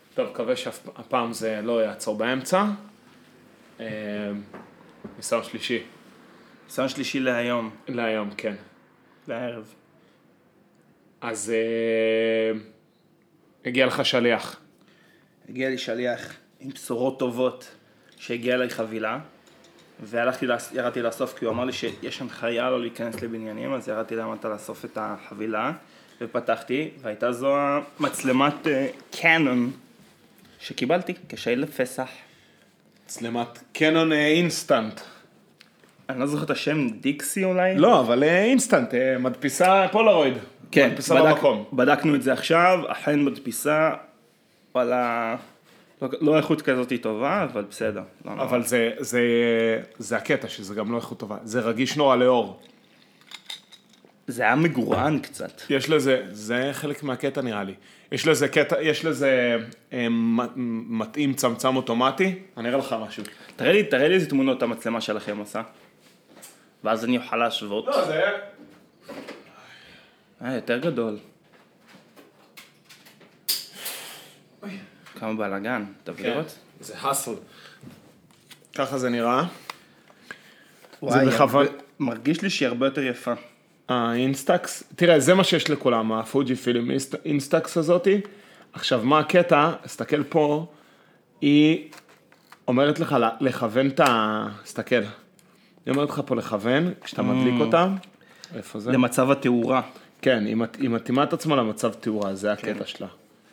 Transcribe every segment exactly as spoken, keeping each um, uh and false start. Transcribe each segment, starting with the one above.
טוב, מקווה שהפעם זה לא יעצור באמצע. ניסיון שלישי. ניסיון שלישי להיום. להיום, כן. לערב. אז הגיע לך שליח. הגיע לי שליח עם בשורות טובות, שהגיע אליי חבילה, והלכתי, ירדתי לאסוף, כי הוא אמר לי שיש הנחיה לא להיכנס לבניינים, אז ירדתי למטה לאסוף את החבילה, ופתחתי, והייתה זו מצלמת קנון, שקיבלתי כשילד פסח. מצלמת קנון אינסטנט. אני לא זוכר את השם, דיקסי אולי? לא, אבל אינסטנט, מדפיסה פולרויד. כן, מדפיסה בדק, במקום. בדקנו את זה עכשיו, אכן מדפיסה, וואלה, לא, לא איכות כזאת טובה, אבל בסדר. לא אבל נורא. זה, זה, זה הקטע, שזה גם לא איכות טובה. זה רגיש נורא לאור. זה היה מגורען קצת. יש לזה, זה חלק מהקטע נראה לי. יש לזה קטע, יש לזה אה, מתאים צמצם אוטומטי. אני אראה לך משהו. תראה לי, תראה לי איזה תמונות המצלמה שלכם עושה. ואז אני אוכל להשוות. לא, זה... אה, יותר גדול. כמה בלגן, תביא לראות? זה הסל. ככה זה נראה. וואי, בכוון- הרבה- מרגיש לי שהיא הרבה יותר יפה. האינסטקס, תראה, זה מה שיש לכולם, הפוג'י פילים אינסטקס הזאתי. עכשיו, מה הקטע? תסתכל פה, היא אומרת לך לכוון את ה... תסתכל. היא אומרת לך פה לכוון, כשאתה מדליק אותה. איפה זה? למצב התאורה. כן, היא מת- היא מתאימה את עצמה למצב תאורה, זה הקטע שלה.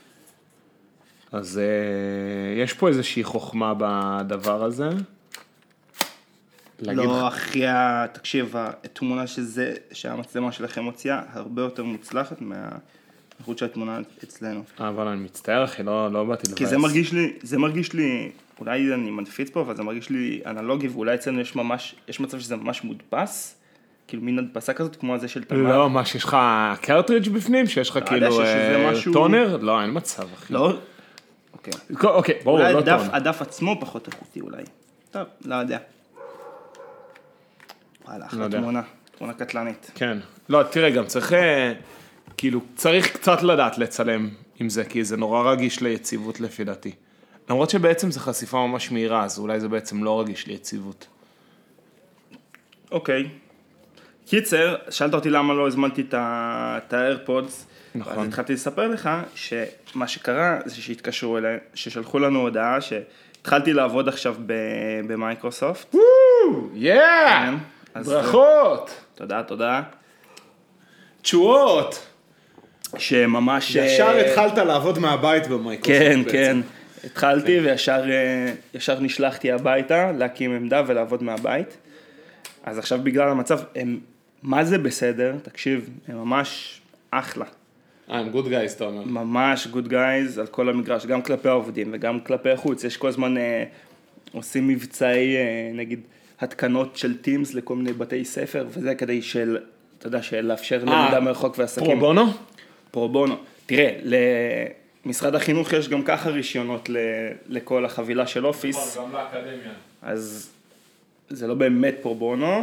אז אה, יש פה איזושהי חוכמה בדבר הזה. להגיד לך- לא, אחי, ה- תקשיב, התמונה שזה, שהמצלמה שלכם מוציאה, הרבה יותר מוצלחת מהאיכות של התמונה אצלנו. אבל אני מצטער, אחי, לא, לא באתי לבאס. כי זה מרגיש לי, זה מרגיש לי, אולי אני מנפיץ פה, אבל זה מרגיש לי אנלוגי, ואולי אצלנו יש ממש, יש מצב שזה ממש מודפס, כאילו מין הדפסה כזאת, כמו הזה של תמר. לא, מה, שיש לך קרטריג' בפנים? שיש לך יודע כאילו שזה אה, משהו- טונר? לא, אין מצב, אחי. לא? אוקיי. אוקיי, ברור, אולי לא הדף, טון. הדף עצמו פחות איכותי אולי. טוב, לא יודע. וואלה, לא אחלה יודע. תמונה, תמונה קטלנית. כן. לא, תראה, גם צריך, אה, כאילו, צריך קצת לדעת לצלם עם זה, כי זה נורא רגיש ליציבות לפי דעתי. למרות שבעצם זה חשיפה ממש מהירה, אז אולי זה בעצם לא רגיש ליציבות. אוקיי. קיצר, שאלת אותי למה לא הזמנתי את ה- את האיירפודס. נכון. אז התחלתי לספר לך שמה שקרה זה שהתקשרו אליי, ששלחו לנו הודעה שהתחלתי לעבוד עכשיו ב- במייקרוסופט. יאה! אז- ברכות! תודה, תודה. תשואות! שממש... ישר אה, התחלת לעבוד מהבית במייקרוסופט. כן, בעצם. כן. התחלתי וישר אה, ישר נשלחתי הביתה להקים עמדה ולעבוד מהבית. אז עכשיו בגלל המצב, הם, מה זה בסדר? תקשיב, הם ממש אחלה. אה, הם גוד גייז, אתה אומר. ממש good guys על כל המגרש, גם כלפי העובדים וגם כלפי החוץ. יש כל הזמן אה, עושים מבצעי, אה, נגיד, התקנות של טימס לכל מיני בתי ספר, וזה כדי של, אתה יודע, של לאפשר למידה מרחוק ועסקים. פרו בונו? פרו בונו. תראה, למשרד החינוך יש גם ככה רישיונות ל- לכל החבילה של אופיס, גם לאקדמיה. אז זה לא באמת פרו בונו,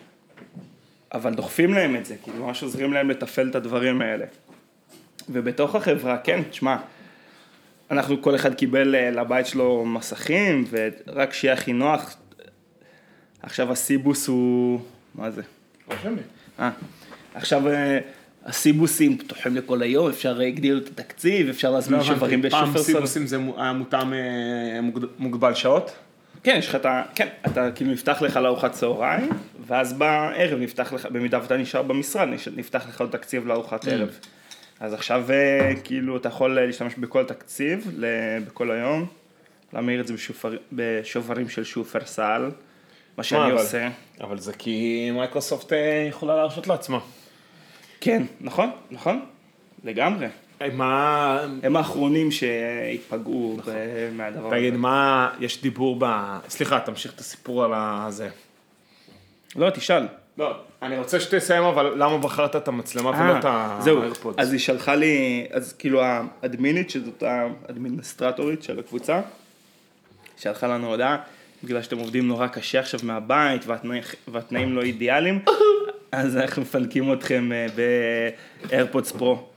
אבל דוחפים להם את זה, כאילו ממש עוזרים להם לתפעל את הדברים האלה. ובתוך החברה, כן, תשמע, אנחנו כל אחד קיבל אה, לבית שלו מסכים, ורק שיהיה הכי נוח. עכשיו הסיבוס הוא, מה זה? רושם לי. אה, עכשיו אה, הסיבוסים פתוחים לכל היום, אפשר להגדיל את התקציב, אפשר להזמין שוברים פעם בשופרסל. סיבוסים זה היה מותאם אה, מוגד- מוגבל שעות? כן, יש לך את ה... כן, אתה כאילו נפתח לך לארוחת צהריים, ואז בערב נפתח לך, במידה ואתה נשאר במשרד, נש- נפתח לך עוד תקציב לארוחת ערב. אז עכשיו אה, כאילו אתה יכול להשתמש בכל תקציב, ל- בכל היום, להמיר את זה בשופר, בשוברים של שופרסל, מה שאני אבל- עושה. אבל זה כי מייקרוסופט אה, יכולה להרשות לעצמה. כן, נכון, נכון, לגמרי. אה, מה... הם האחרונים שהתפגעו ב- מהדבר הזה. תגיד, מה יש דיבור ב... סליחה, תמשיך את הסיפור על הזה. לא, תשאל. לא, אני רוצה שתסיים, אבל למה בחרת את המצלמה ולא את אה, זהו, האיירפודס? אז היא שלחה לי, אז כאילו האדמינית, שזאת האדמיניסטרטורית של הקבוצה, שלחה לנו הודעה, בגלל שאתם עובדים נורא קשה עכשיו מהבית, והתנאים, והתנאים לא אידיאליים, אז אנחנו מפנקים אתכם באיירפודס פרו.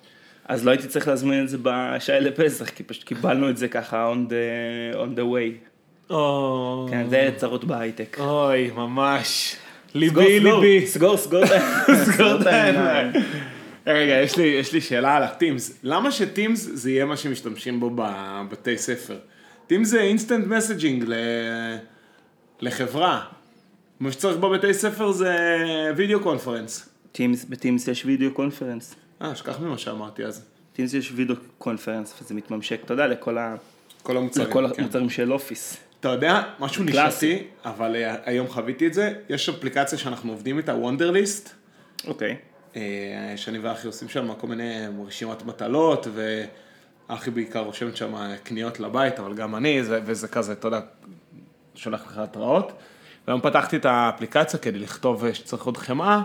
אז לא הייתי צריך להזמין את זה בשעה לפסח, כי פשוט קיבלנו את זה ככה on the, on the way. או... כן, זה צרות בהייטק. אוי, ממש. סגור, ליבי, סגור, ליבי. סגור, סגור את העיניים. סגור את העיניים. רגע, יש לי, יש לי שאלה על הטימס. למה שטימס זה יהיה מה שמשתמשים בו בבתי ספר? טימס זה אינסטנט מסג'ינג לחברה. מה שצריך בבתי ספר זה וידאו קונפרנס. טימס, בטימס יש וידאו קונפרנס. אה, שכח ממה שאמרתי אז. טימס יש וידאו קונפרנס, וזה מתממשק, אתה יודע, לכל ה... כל המוצרים. לכל כן. המוצרים של אופיס. אתה יודע, משהו קלאסי. נשאתי, אבל uh, היום חוויתי את זה. יש אפליקציה שאנחנו עובדים איתה, וונדרליסט. אוקיי. Uh, שאני ואחי עושים שם כל מיני רשימת מטלות, ואחי בעיקר רושמת שם קניות לבית, אבל גם אני, זה, וזה כזה, אתה יודע, שולח לך התראות. והיום פתחתי את האפליקציה כדי לכתוב שצריך עוד חמאה,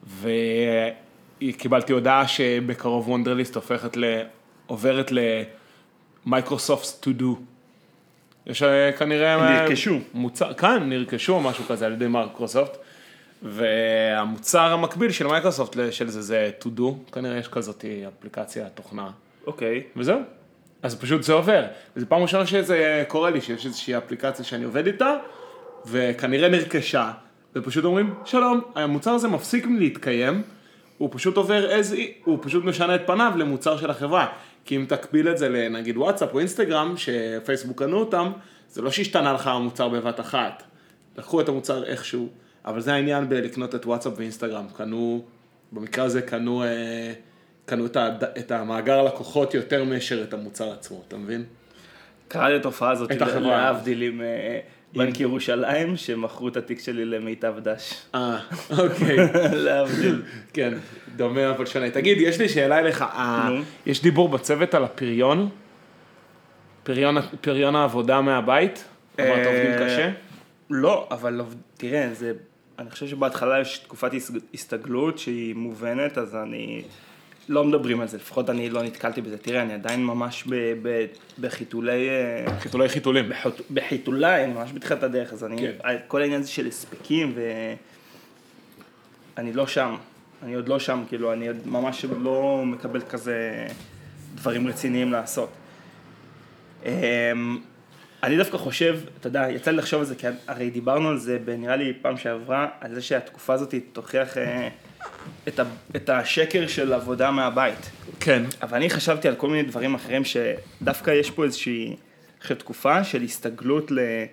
וקיבלתי הודעה שבקרוב וונדרליסט הופכת ל... עוברת למייקרוסופט to do. יש כנראה... נרכשו. מוצר, כאן נרכשו או משהו כזה על ידי מייקרוסופט, והמוצר המקביל של מייקרוסופט של זה זה to do, כנראה יש כזאת אפליקציה, תוכנה. אוקיי. וזהו. אז פשוט זה עובר. וזה פעם ראשונה שזה קורה לי, שיש איזושהי אפליקציה שאני עובד איתה, וכנראה נרכשה, ופשוט אומרים, שלום, המוצר הזה מפסיק להתקיים, הוא פשוט עובר as, הוא פשוט משנה את פניו למוצר של החברה. כי אם תקביל את זה לנגיד וואטסאפ או אינסטגרם, שפייסבוק קנו אותם, זה לא שהשתנה לך המוצר בבת אחת. לקחו את המוצר איכשהו, אבל זה העניין בלקנות את וואטסאפ ואינסטגרם. קנו, במקרה הזה קנו, קנו את, ה, את המאגר הלקוחות יותר מאשר את המוצר עצמו, אתה מבין? קרא לי התופעה הזאת, את החברה. להבדיל עם בנק ירושלים, שמכרו את התיק שלי למיטב דש. אה, אוקיי. להבדיל. כן, דומה אבל שונה. תגיד, יש לי שאלה אליך, יש דיבור בצוות על הפריון? פריון, פריון העבודה מהבית? אמרת עובדים קשה? לא, אבל תראה, זה, אני חושב שבהתחלה יש תקופת הסתגלות שהיא מובנת, אז אני, לא מדברים על זה, לפחות אני לא נתקלתי בזה. תראה, אני עדיין ממש ב, ב, בחיתולי... חיתולי חיתולים. בחיתול, בחיתולי, אני ממש בתחילת הדרך, אז אני, כן. כל העניין הזה של הספקים, ואני לא שם, אני עוד לא שם, כאילו, אני עוד ממש לא מקבל כזה דברים רציניים לעשות. אני דווקא חושב, אתה יודע, יצא לי לחשוב על זה, כי הרי דיברנו על זה, נראה לי פעם שעברה, על זה שהתקופה הזאת תוכיח את, ה, את השקר של עבודה מהבית. כן. אבל אני חשבתי על כל מיני דברים אחרים, שדווקא יש פה איזושהי תקופה של הסתגלות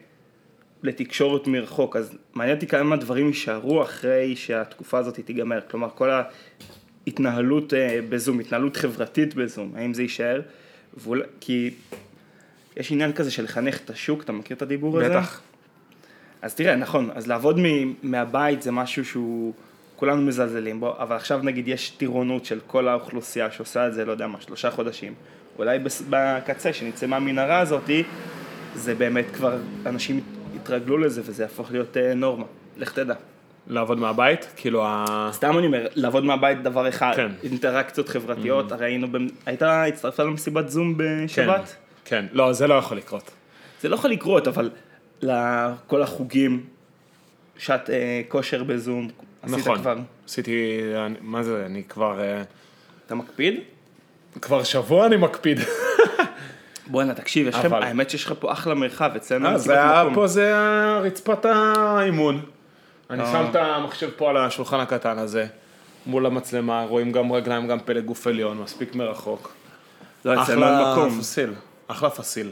לתקשורת מרחוק, אז מעניין אותי כמה דברים יישארו אחרי שהתקופה הזאת תיגמר, כלומר כל ההתנהלות בזום, התנהלות חברתית בזום, האם זה יישאר? כי יש עניין כזה של לחנך את השוק, אתה מכיר את הדיבור הזה? בטח. אז תראה, נכון, אז לעבוד מהבית זה משהו שהוא, כולנו מזלזלים בו, אבל עכשיו נגיד יש טירונות של כל האוכלוסייה שעושה את זה, לא יודע מה, שלושה חודשים. אולי בקצה שנצא מהמנהרה הזאת, זה באמת כבר, אנשים התרגלו לזה וזה יהפוך להיות נורמה, לך תדע. לעבוד מהבית? כאילו ה... סתם אני אומר, לעבוד מהבית דבר אחד, כן. אינטראקציות חברתיות, הרי היינו, היית הצטרפת למסיבת זום בשבת? כן, לא, זה לא יכול לקרות. זה לא יכול לקרות, אבל לכל החוגים, שעת כושר בזום, עשית כבר. נכון, עשיתי, מה זה, אני כבר... אתה מקפיד? כבר שבוע אני מקפיד. בואנה, תקשיב, יש לכם, האמת שיש לך פה אחלה מרחב, אצלנו... זה היה פה, זה רצפת האימון. אני שם את המחשב פה על השולחן הקטן הזה, מול המצלמה, רואים גם רגליים, גם פלג גוף עליון, מספיק מרחוק. אחלה פסיל, אחלה פסיל.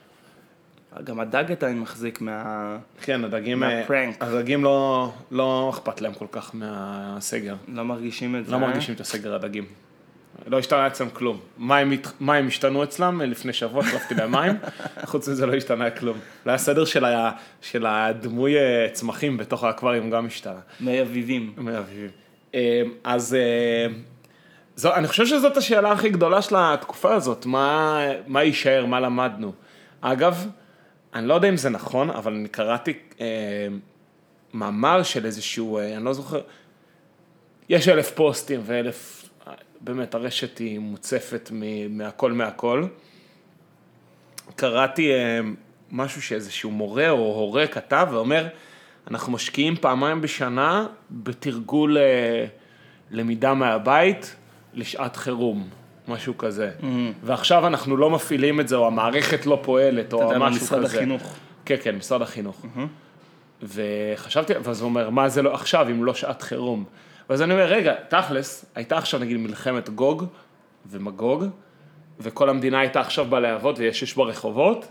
גם הדג אתה מחזיק מה... כן, הדגים... מהפרנק. הדגים לא, לא אכפת להם כל כך מהסגר. לא מרגישים את זה. לא מרגישים את הסגר, הדגים. לא השתנה אצלם כלום. מים, מים השתנו אצלם לפני שבוע, שלפתי להם מים, חוץ מזה לא השתנה כלום. לא היה סדר של, ה, של הדמוי צמחים בתוך האקווריום גם השתנה. מי אביבים. מי אביבים. אז זו, אני חושב שזאת השאלה הכי גדולה של התקופה הזאת, מה, מה יישאר, מה למדנו. אגב, אני לא יודע אם זה נכון, אבל אני קראתי אה, מאמר של איזשהו, אה, אני לא זוכר, יש אלף פוסטים ואלף, באמת הרשת היא מוצפת מהכל מהכל. קראתי אה, משהו שאיזשהו מורה או הורה כתב ואומר, אנחנו משקיעים פעמיים בשנה בתרגול אה, למידה מהבית לשעת חירום. משהו כזה. ועכשיו אנחנו לא מפעילים את זה, או המערכת לא פועלת, או משהו כזה. משרד החינוך. כן, כן, משרד החינוך. וחשבתי, ואז הוא אומר, מה זה לא עכשיו, אם לא שעת חירום? ואז אני אומר, רגע, תכלס, הייתה עכשיו נגיד מלחמת גוג ומגוג, וכל המדינה הייתה עכשיו בלהבות ויש יש ברחובות.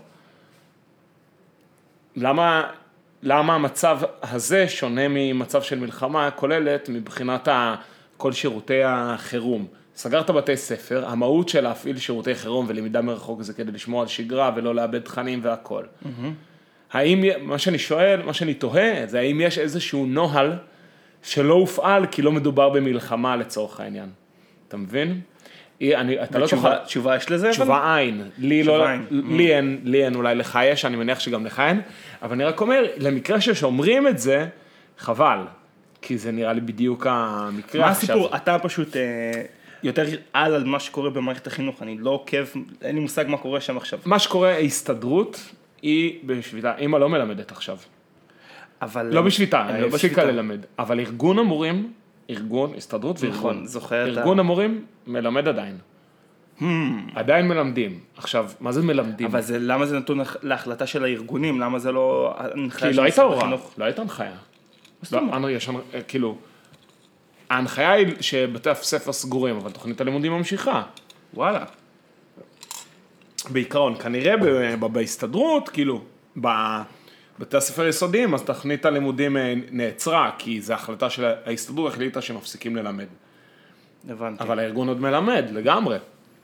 למה, למה המצב הזה שונה ממצב של מלחמה כוללת מבחינת כל שירותי החירום? סגרת בתי ספר, המהות של להפעיל שירותי חירום ולמידה מרחוק זה כדי לשמור על שגרה ולא לאבד תכנים והכל. האם, מה שאני שואל, מה שאני תוהה, זה האם יש איזשהו נוהל שלא הופעל כי לא מדובר במלחמה לצורך העניין. אתה מבין? אני, אתה לא תוכל... תשובה יש לזה? תשובה אין. לי לא, לי אין, לי אין, אולי לך יש, אני מניח שגם לך אין, אבל אני רק אומר, למקרה ששומרים את זה, חבל, כי זה נראה לי בדיוק המקרה. מה הסיפור? אתה פשוט יותר על על מה שקורה במערכת החינוך, אני לא עוקב, אין לי מושג מה קורה שם עכשיו. מה שקורה, ההסתדרות היא בשביתה, אמא לא מלמדת עכשיו. אבל... לא בשביתה, היא הפסיקה ללמד, אבל ארגון המורים, ארגון, הסתדרות וארגון, ארגון המורים מלמד עדיין. עדיין מלמדים. עכשיו, מה זה מלמדים? אבל זה, למה זה נתון להחלטה של הארגונים? למה זה לא... כי לא הייתה הוראה, לא הייתה הנחיה. כאילו, ההנחיה היא שבתי הספר סגורים, אבל תוכנית הלימודים ממשיכה. וואלה. בעיקרון, כנראה בהסתדרות, כאילו, בבתי הספר היסודיים, אז תוכנית הלימודים נעצרה, כי זו החלטה של ההסתדרות החליטה שמפסיקים ללמד. הבנתי. אבל הארגון עוד מלמד, לגמרי.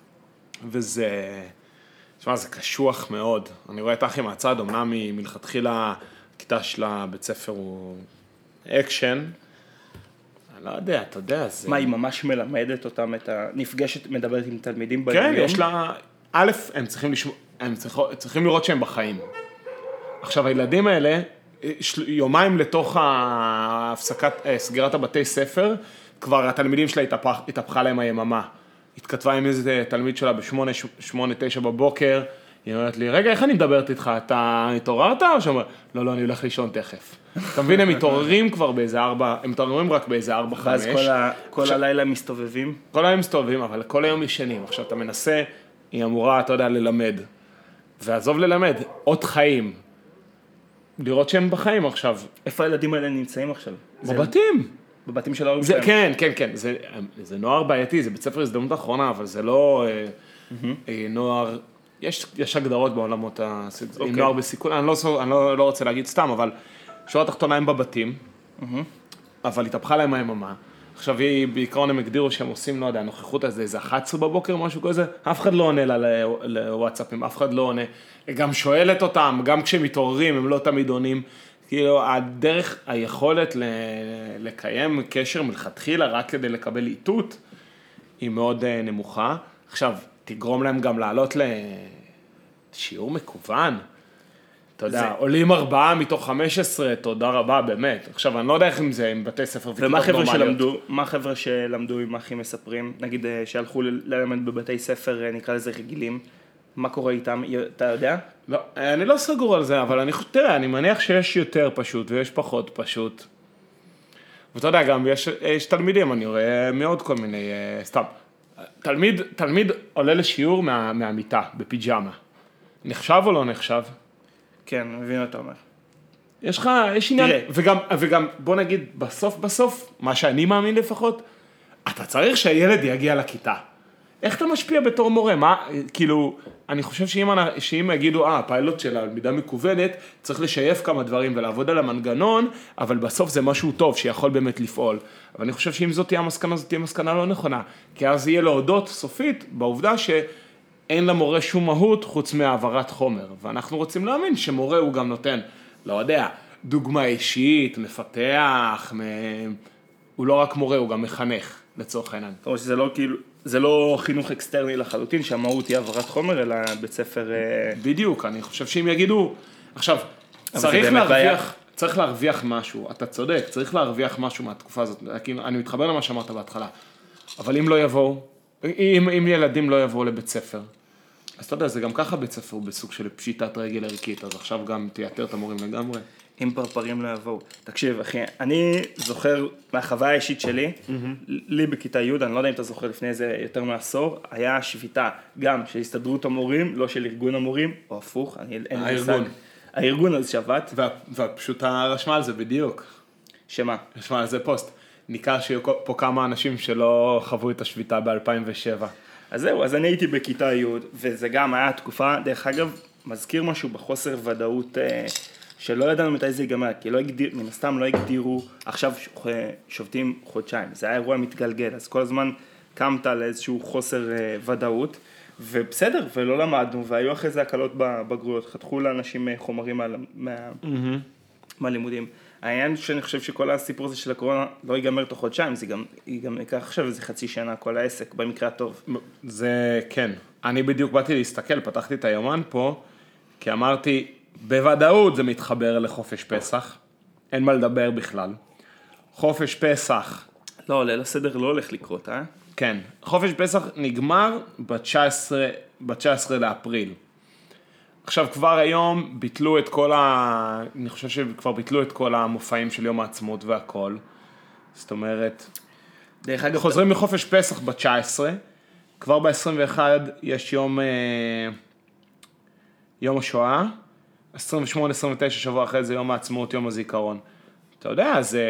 וזה, תשמע, זה קשוח מאוד. אני רואה את אחי מהצד, אמנם מלכתחילה, הכיתה שלה בית ספר הוא אקשן. אני לא יודע, אתה יודע, זה... מה, היא ממש מלמדת אותם את ה... נפגשת, מדברת עם תלמידים ביום? כן, יש לה... א', הם צריכים לשמוע, הם צריכים לראות שהם בחיים. עכשיו, הילדים האלה, יומיים לתוך ההפסקת, סגירת הבתי ספר, כבר התלמידים שלה התהפך, התהפכה להם היממה. התכתבה עם איזה תלמיד שלה בשמונה, שמונה, תשע בבוקר, היא אומרת לי, רגע, איך אני מדברת איתך? אתה התעוררת? או שאומר, לא, לא, אני הולך לישון תכף. אתה מבין, הם מתעוררים כבר באיזה ארבע, הם מתעוררים רק באיזה ארבע, חמש. ואז כל, ה, כל עכשיו, הלילה מסתובבים? כל הלילה מסתובבים, אבל כל היום ישנים. עכשיו, אתה מנסה, היא אמורה, אתה יודע, ללמד. ועזוב ללמד, עוד חיים. לראות שהם בחיים עכשיו. איפה הילדים האלה נמצאים עכשיו? בבתים. בבתים של ההורים שלהם. כן, כן, כן, זה, זה נוער בעייתי, זה בית ספר הזדמנות האחרונה, אבל זה לא mm-hmm. נוער, יש, יש הגדרות בעולמות, okay. עם נוער בסיכון, אני, לא, אני לא, לא רוצה להגיד סתם, אבל שורה תחתונה הם בבתים, mm-hmm. אבל התהפכה להם היממה, עכשיו היא, בעיקרון הם הגדירו שהם עושים, לא יודע, הנוכחות הזה, איזה אחת עשרה בבוקר, משהו כזה, אף אחד לא עונה לה לוואטסאפים, אף אחד לא עונה, גם שואלת אותם, גם כשהם מתעוררים, הם לא תמיד עונים, כאילו, הדרך, היכולת לקיים קשר מלכתחילה רק כדי לקבל איתות, היא מאוד נמוכה. עכשיו, תגרום להם גם לעלות לשיעור מקוון. אתה יודע, עולים ארבעה מתוך חמש עשרה, תודה רבה, באמת. עכשיו, אני לא יודע איך עם זה, עם בתי ספר וכיתות נורמליות. ומה חבר'ה שלמדו עם אחים מספרים? נגיד, שהלכו ללמד בבתי ספר, נקרא לזה רגילים. מה קורה איתם? אתה יודע? לא, אני לא סגור על זה, אבל אני חושב, תראה, אני מניח שיש יותר פשוט ויש פחות פשוט. ואתה יודע, גם יש, יש תלמידים, אני רואה מאוד כל מיני, סתם. תלמיד, תלמיד עולה לשיעור מה, מהמיטה, בפיג'מה. נחשב או לא נחשב? כן, מבין מה אתה אומר. יש לך, יש עניין, וגם, וגם, בוא נגיד, בסוף, בסוף, מה שאני מאמין לפחות, אתה צריך שהילד יגיע לכיתה. איך אתה משפיע בתור מורה? מה, כאילו, אני חושב שאם, שאם יגידו, אה, הפיילוט של הלמידה מקוונת, צריך לשייף כמה דברים ולעבוד על המנגנון, אבל בסוף זה משהו טוב שיכול באמת לפעול. אבל אני חושב שאם זאת תהיה המסקנה, זאת תהיה מסקנה לא נכונה. כי אז יהיה להודות סופית בעובדה שאין למורה שום מהות חוץ מהעברת חומר. ואנחנו רוצים להאמין שמורה הוא גם נותן, לא יודע, דוגמה אישית, מפתח, מ... הוא לא רק מורה, הוא גם מחנך, לצורך העניין. זאת אומרת שזה לא כאילו... זה לא חינוך אקסטרני לחלוטין, שהמהות היא העברת חומר, אלא בית ספר... בדיוק, אני חושב שאם יגידו... עכשיו, צריך להרוויח, צריך להרוויח משהו, אתה צודק, צריך להרוויח משהו מהתקופה הזאת, אני מתחבר למה שאמרת בהתחלה, אבל אם לא יבואו, אם, אם ילדים לא יבואו לבית ספר, אז אתה יודע, זה גם ככה בית ספר הוא בסוג של פשיטת רגל ערכית, אז עכשיו גם תייתר את המורים לגמרי. אם פרפרים לא יבואו. תקשיב, אחי, אני זוכר מהחוויה האישית שלי, לי בכיתה י', אני לא יודע אם אתה זוכר לפני איזה יותר מעשור, היה שביתה גם של הסתדרות המורים, לא של ארגון המורים, או הפוך, אני אין לי מושג. הארגון. הארגון אז שבת. ופשוט רשמה על זה בדיוק. שמה? רשמה על זה פוסט. ניכר שיהיו פה כמה אנשים שלא חוו את השביתה ב-אלפיים ושבע. אז זהו, אז אני הייתי בכיתה י', וזה גם היה תקופה, דרך אגב, מזכיר משהו בחוסר ודאות, שלא ידענו מתי זה ייגמר, כי לא הגדיר, מן הסתם לא הגדירו, עכשיו שובתים חודשיים, זה היה אירוע מתגלגל, אז כל הזמן קמת לאיזשהו חוסר ודאות, ובסדר, ולא למדנו, והיו אחרי זה הקלות בבגרויות, חתכו לאנשים חומרים מה, מה, mm-hmm. מהלימודים. העניין שאני חושב שכל הסיפור הזה של הקורונה לא ייגמר תוך חודשיים, זה גם, גם ייקח עכשיו איזה חצי שנה כל העסק, במקרה הטוב. זה כן, אני בדיוק באתי להסתכל, פתחתי את היומן פה, כי אמרתי, בוודאות זה מתחבר לחופש פסח, אין מה לדבר בכלל. חופש פסח. לא, ליל הסדר לא הולך לקרות, אה? כן, חופש פסח נגמר ב-תשעה עשר לאפריל. עכשיו כבר היום ביטלו את כל ה... אני חושב שכבר ביטלו את כל המופעים של יום העצמאות והכל. זאת אומרת, דרך אגב, חוזרים מחופש פסח ב-תשע עשרה, כבר ב-עשרים ואחת יש יום, יום השואה, עשרים ושמונה עשרים ותשע שבוע אחרי זה יום העצמאות, יום הזיכרון. אתה יודע, זה...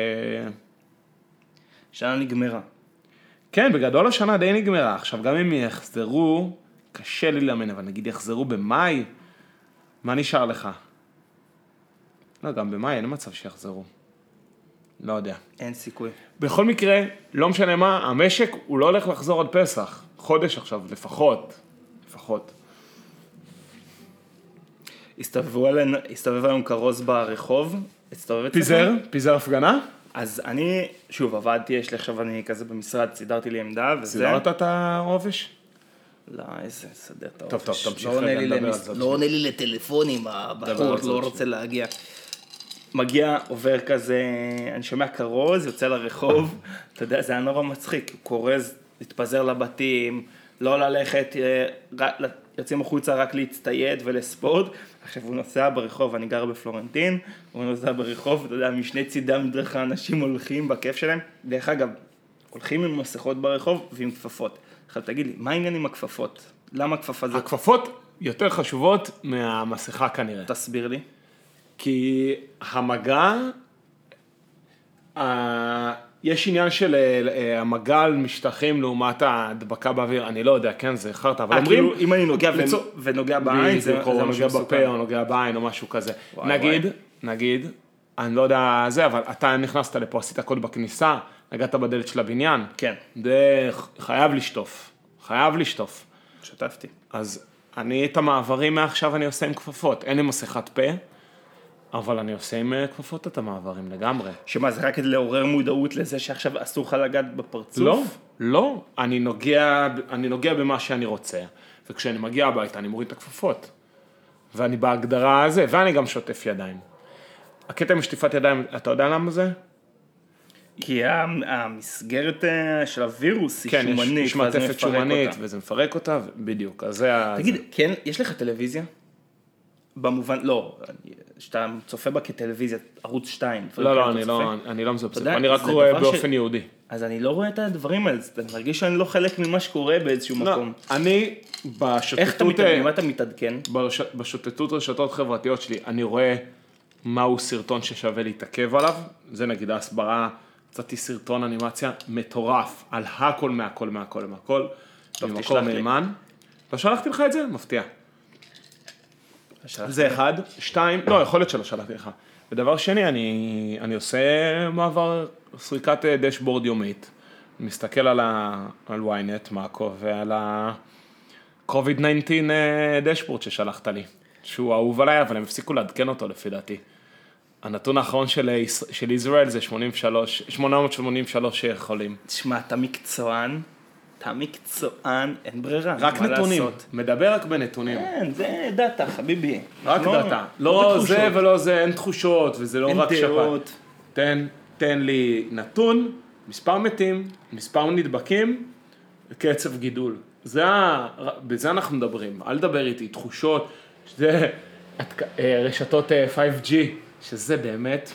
שנה נגמרה. כן, בגדול השנה די נגמרה. עכשיו, גם אם יחזרו, קשה לי לאמן, אבל נגיד יחזרו במאי, מה נשאר לך? לא, גם במאי אין מצב שיחזרו. לא יודע. אין סיכוי. בכל מקרה, לא משנה מה, המשק הוא לא הולך לחזור עד פסח. חודש עכשיו, לפחות. לפחות. הסתובבו עלינו, הסתובב היום כרוז ברחוב, הסתובב פיזר? פיזר הפגנה? אז אני, שוב, עבדתי, יש לי עכשיו, אני כזה במשרד, סידרתי לי עמדה וזה. סידרת את העובש? לא, איזה סדר את טוב, טוב, תמשיך לא רגע לדבר על זה. לא עונה לי לטלפונים, הבחור לא רוצה להגיע. מגיע, עובר כזה, אני שומע כרוז, יוצא לרחוב, אתה יודע, זה היה נורא מצחיק, כורז, להתפזר לבתים, לא ללכת, יוצאים החוצה רק להצטייד ולספורט. עכשיו הוא נוסע ברחוב, אני גר בפלורנטין, הוא נוסע ברחוב, אתה יודע, משני צידי המדרכה אנשים הולכים בכיף שלהם. דרך אגב, הולכים עם מסכות ברחוב ועם כפפות. עכשיו תגיד לי, מה העניין עם הכפפות? למה הכפפה זה? הכפפות יותר חשובות מהמסכה כנראה. תסביר לי. כי המגע, יש עניין של המגע על משטחים לעומת ההדבקה באוויר, אני לא יודע, כן, זה חרטה, אבל אומרים... אם אני נוגע ונוגע בעין, זה נוגע בפה או נוגע בעין או משהו כזה. נגיד, נגיד, אני לא יודע זה, אבל אתה נכנסת לפה, עשית קוד בכניסה, נגעת בדלת של הבניין. כן. זה חייב לשטוף, חייב לשטוף. שטפתי. אז אני את המעברים מעכשיו אני עושה עם כפפות, אין לי מסכת פה, אבל אני עושה עם כפפות את המעברים לגמרי. שמה, זה רק כדי לעורר מודעות לזה שעכשיו אסור לך לגעת בפרצוף? לא, לא. אני נוגע, אני נוגע במה שאני רוצה, וכשאני מגיע הביתה אני מוריד את הכפפות. ואני בהגדרה הזה, ואני גם שוטף ידיים. הקטע עם שטיפת ידיים, אתה יודע למה זה? כי המסגרת של הווירוס היא כן, שומנית. כן, יש מעטפת שומנית, וזה מפרק אותה, בדיוק. אז זה... תגיד, כן, יש לך טלוויזיה? במובן, לא, שאתה צופה בה כטלוויזיה, ערוץ שתיים. לא, לא, אני לא, אני לא מזופסק, אני רק רואה באופן יהודי. אז אני לא רואה את הדברים האלה, אני מרגיש שאני לא חלק ממה שקורה באיזשהו מקום. אני בשוטטות... איך אתה מתעדכן? מה אתה מתעדכן? בשוטטות רשתות חברתיות שלי, אני רואה מהו סרטון ששווה להתעכב עליו, זה נגיד ההסברה, קצתי סרטון אנימציה מטורף, על הכל מהכל מהכל מהכל, במקור נאמן. לא שלחתי לך את זה? מפתיע. זה אחד, שתיים, לא, יכול להיות שלא שלחתי לך. ודבר שני, אני, אני עושה מעבר סריקת דשבורד יומית, מסתכל על, ה, על וויינט, מעקוב, ועל ה-קוביד תשע עשרה דשבורד ששלחת לי, שהוא אהוב עליי, אבל הם הפסיקו לעדכן אותו לפי דעתי. הנתון האחרון של, של ישראל זה שמונה מאות שמונים ושלוש חולים. תשמע, אתה מקצוען. אתה מקצוען, אין ברירה. רק נתונים, מדבר רק בנתונים. כן, זה דאטה, חביבי. רק דאטה. לא זה ולא זה, אין תחושות, וזה לא רק שפעת. תן, תן לי נתון, מספר מתים, מספר נדבקים, קצב גידול. זה, בזה אנחנו מדברים. אל דבר איתי, תחושות, שזה רשתות פייב ג'י, שזה באמת,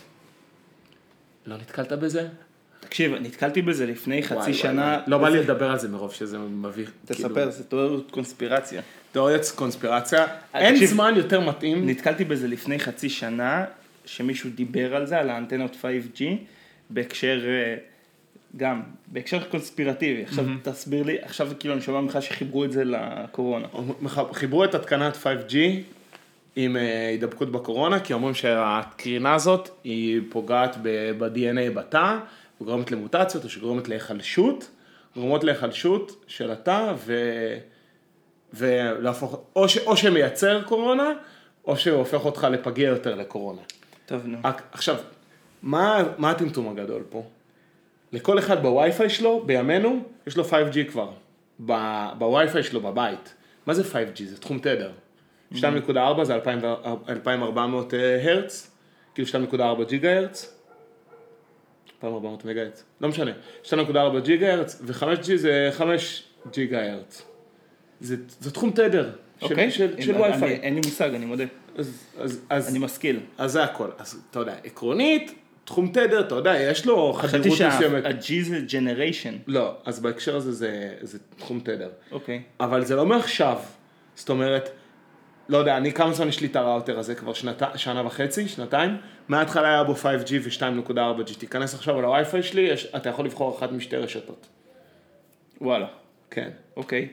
לא נתקלת בזה? תקשיב, נתקלתי בזה לפני חצי וואי, שנה. וואי, וואי. לא בא לי לדבר על זה מרוב שזה מביך. תספר, כאילו, זה תיאוריות קונספירציה. תיאוריית קונספירציה. אין תקשיב, זמן יותר מתאים. נתקלתי בזה לפני חצי שנה, שמישהו דיבר על זה, על האנטנות פייב ג'י, בהקשר, אה, גם, בהקשר קונספירטיבי. עכשיו תסביר לי, עכשיו כאילו אני שומע ממך שחיברו את זה לקורונה. חיברו את התקנת פייב ג'י עם אה, הידבקות בקורונה, כי אומרים שהקרינה הזאת היא פוגעת ב-די אן איי בתא, וגורמת למוטציות או שגורמת להיחלשות, גורמות להיחלשות של התא, ו... ולהפוך, או, ש... או שמייצר קורונה, או שהופך אותך לפגיע יותר לקורונה. טוב, נו. עכשיו, מה, מה הטמטום הגדול פה? לכל אחד בווי-פיי שלו, בימינו, יש לו פייב ג'י כבר, בווי-פיי שלו בבית. מה זה פייב ג'י? זה תחום תדר. שתיים נקודה ארבע זה אלפיים וארבע מאות הרץ, כאילו שתיים נקודה ארבע גיגה הרץ. אלפיים וארבע מאות מגה הרץ, לא משנה. שתיים נקודה ארבע גיגה הרץ, ו-חמש ג'י זה חמש גיגה הרץ. זה, זה תחום תדר של, אוקיי. של, של וי-פיי. אין לי מושג, אני מודה. אז, אז, אז, אני משכיל. אז זה הכל. אז אתה יודע, עקרונית, תחום תדר, אתה יודע, יש לו חדירות חשבתי מסוימת. שה-G זה generation. לא, אז בהקשר הזה זה, זה תחום תדר. אוקיי. אבל זה לא מעכשיו. זאת אומרת, לא יודע, אני כמה זמן יש לי את הראוטר הזה כבר שנת, שנה וחצי, שנתיים. מההתחלה היה בו פייב ג'י ו-שתיים נקודה ארבע ג'י. תיכנס עכשיו על הווי-פיי שלי, יש, אתה יכול לבחור אחת משתי רשתות. וואלה. כן. אוקיי.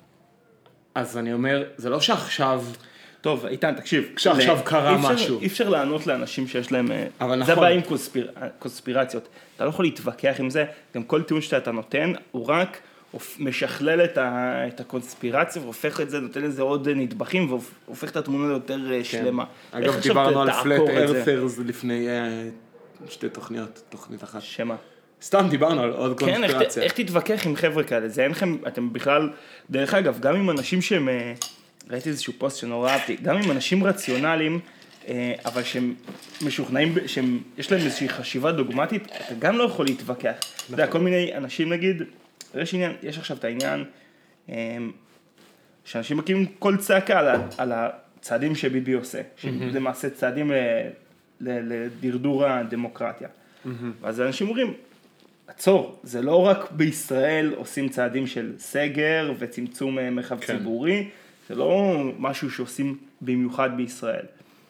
אז אני אומר, זה לא שעכשיו... טוב, איתן, תקשיב. שעכשיו קרה אי אפשר- משהו. אי אפשר לענות לאנשים שיש להם... אבל זה נכון. הבעיה עם קונספיר... קונספירציות. אתה לא יכול להתווכח עם זה, גם כל טיעון שאתה נותן, הוא רק משכלל את, ה... את הקונספירציה, והופך את זה, נותן לזה עוד נדבכים, והופך את התמונה ליותר כן. שלמה. אגב, דיברנו על פלט ארת'רס לפני שתי תוכניות, תוכנית אחת. שמה? סתם דיברנו על עוד כן, איך, קונספירציה. איך תתווכח עם חבר'ה כאלה? זה אין לכם, אתם בכלל, דרך אגב, גם עם אנשים שהם, אה, ראיתי איזשהו פוסט שנורא אהבתי, גם עם אנשים רציונליים, אה, אבל שהם משוכנעים, שהם, יש להם איזושהי חשיבה דוגמטית, אתה גם לא יכול להתווכח. אתה יודע, כל מיני אנשים נגיד, יש עניין, יש עכשיו את העניין, אה, שאנשים מקימים כל צעקה על, ה- על הצעדים שביבי עושה, שלמעשה צעדים ל- ל- לדרדור הדמוקרטיה. ואז אנשים אומרים, עצור, זה לא רק בישראל עושים צעדים של סגר וצמצום מרחב כן. ציבורי, זה לא משהו שעושים במיוחד בישראל.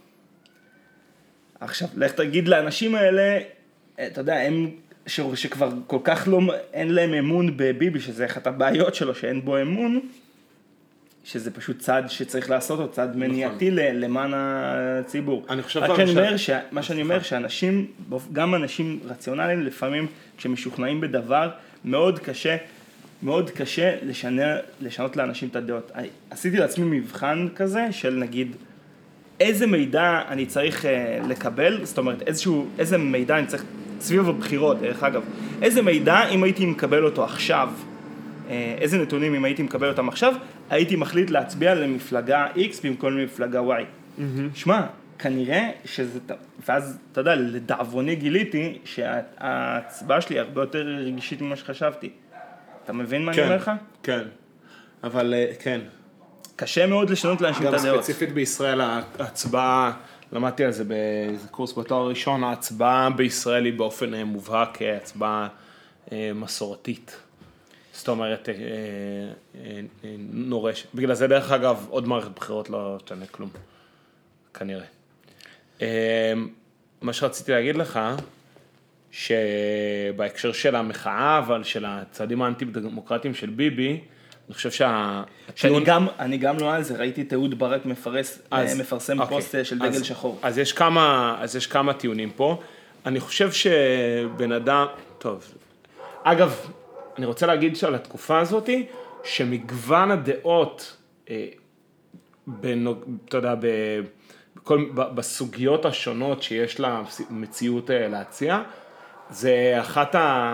עכשיו, לך תגיד לאנשים האלה, אתה יודע, הם ש, שכבר כל כך לא, אין להם אמון בביבי, שזה אחת הבעיות שלו, שאין בו אמון, שזה פשוט צעד שצריך לעשות, או צעד מניעתי ל- למען הציבור. אני חושב רק אבל שאני ש- אומר, ש- מה שאני אומר, שאנשים, גם אנשים רציונליים, לפעמים, כשמשוכנעים בדבר, מאוד קשה, מאוד קשה לשנה, לשנות לאנשים את הדעות. עשיתי לעצמי מבחן כזה, של נגיד, איזה מידע אני צריך לקבל, זאת אומרת, איזשהו, איזה מידע אני צריך, סביב הבחירות, דרך אגב, איזה מידע, אם הייתי מקבל אותו עכשיו, איזה נתונים אם הייתי מקבל אותם עכשיו, הייתי מחליט להצביע למפלגה X במקום למפלגה Y. שמע, כנראה שזה, ואז אתה יודע, לדעבוני גיליתי שההצבעה שלי הרבה יותר רגישית ממה שחשבתי. אתה מבין מה אני אומר לך? כן, אבל כן. קשה מאוד לשנות לאנשים את גם הדעות. ספציפית בישראל ההצבעה, למדתי על זה באיזה קורס בתואר הראשון, ההצבעה בישראל היא באופן מובהק הצבעה מסורתית. זאת אומרת, נורש. בגלל זה דרך אגב, עוד מערכת בחירות לא תשנה כלום. כנראה. מה שרציתי להגיד לך, שבהקשר של המחאה, אבל של הצעדים האנטי-דמוקרטיים של ביבי, אני חושב שה... שאני גם, אני גם לא על זה, ראיתי תיעוד ברק מפרס, אז, מפרסם אוקיי. פוסט של דגל אז, שחור. אז יש כמה, אז יש כמה טיעונים פה. אני חושב שבן אדם, טוב, אגב, אני רוצה להגיד שעל התקופה הזאת, שמגוון הדעות, אה, בנוג, אתה יודע, בכל, בסוגיות השונות שיש למציאות להציע, זה אחת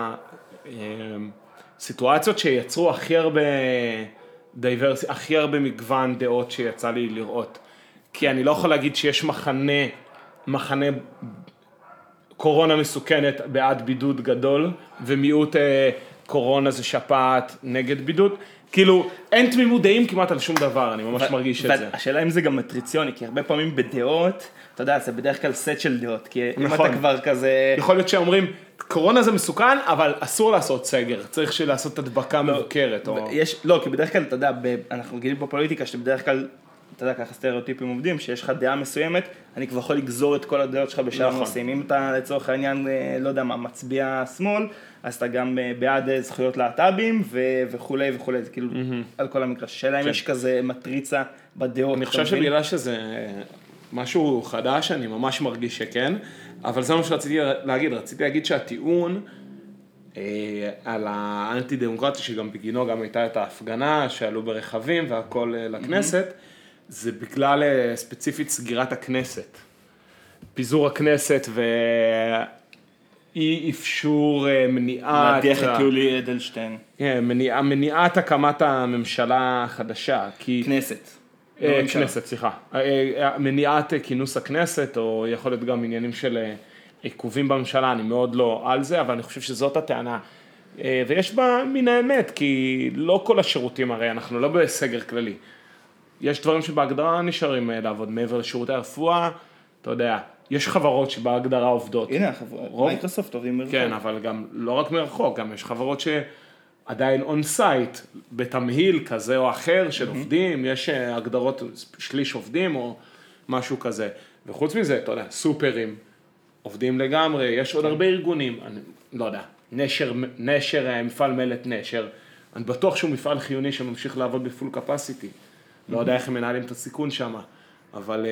הסיטואציות שיצרו הכי הרבה דייברסי, הכי הרבה מגוון דעות שיצא לי לראות. כי אני לא יכול להגיד שיש מחנה, מחנה קורונה מסוכנת בעד בידוד גדול, ומיעוט קורונה זה שפעת נגד בידוד, כאילו, אין תמימות דעים כמעט על שום דבר, אני ממש מרגיש את זה. השאלה אם זה גם מטריציוני, כי הרבה פעמים בדעות, אתה יודע, זה בדרך כלל סט של דעות, כי אם נכון. אתה כבר כזה... יכול להיות שאומרים, קורונה זה מסוכן, אבל אסור לעשות סגר, צריך לעשות הדבקה מבוקרת. או... יש, לא, כי בדרך כלל, אתה יודע, ב, אנחנו גילים פה פוליטיקה, שבדרך כלל, אתה יודע, ככה סטריאוטיפים עובדים, שיש לך דעה מסוימת, אני כבר יכול לגזור את כל הדעות שלך בשאר נכון. נושאים. אם אתה לצורך העניין, לא יודע מה, מצביע שמאל, אז אתה גם בעד זכויות להט"בים וכולי וכולי, זה כאילו על כל המגרש. שאלה אם יש כזה מטריצה בדעות. אני חושב שבגלל שזה משהו חדש, אני ממש מרגיש שכן, אבל זה מה שרציתי להגיד, רציתי להגיד שהטיעון על האנטי דמוקרטי, שגם בגינו גם הייתה את ההפגנה, שעלו ברכבים והכל לכנסת, זה בגלל ספציפית סגירת הכנסת. פיזור הכנסת ואי אפשור מניעת... להדיח את יולי אדלשטיין. מניעת הקמת הממשלה החדשה. כנסת. כנסת, סליחה. מניעת כינוס הכנסת, או יכול להיות גם עניינים של עיכובים בממשלה, אני מאוד לא על זה, אבל אני חושב שזאת הטענה. ויש בה מן האמת, כי לא כל השירותים, הרי אנחנו לא בסגר כללי. יש דברים שבהגדרה נשארים לעבוד מעבר לשירותי הרפואה, אתה יודע, יש חברות שבהגדרה עובדות. הנה, החברות, מייקרוסופט עובדים מרחוק. כן, אבל גם לא רק מרחוק, גם יש חברות שעדיין און סייט, בתמהיל כזה או אחר של עובדים, יש הגדרות שליש עובדים או משהו כזה. וחוץ מזה, אתה יודע, סופרים, עובדים לגמרי, יש עוד הרבה ארגונים, אני לא יודע, נשר, נשר, מפעל מלט נשר, אני בטוח שהוא מפעל חיוני שממשיך לעבוד בפול קפסיטי. לא יודע איך הם מנהלים את הסיכון שם, אבל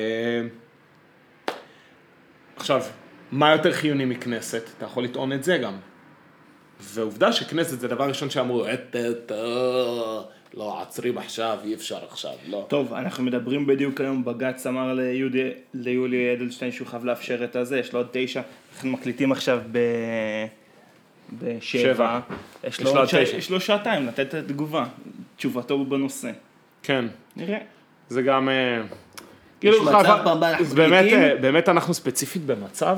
עכשיו, מה יותר חיוני מכנסת? אתה יכול לטעון את זה גם. ועובדה שכנסת זה דבר ראשון שאמרו, את, את, לא, עצרים עכשיו, אי אפשר עכשיו, לא. טוב, אנחנו מדברים בדיוק היום, בג"ץ אמר ליולי, ליולי אדלשטיין שהוא חייב לאפשר את הזה, יש לו עוד תשע, אנחנו מקליטים עכשיו ב... בשבע, יש לו, עוד ש... יש לו שעתיים לתת את התגובה, תשובתו בנושא. כן. נראה. זה גם, כאילו, באמת, באמת אנחנו ספציפית במצב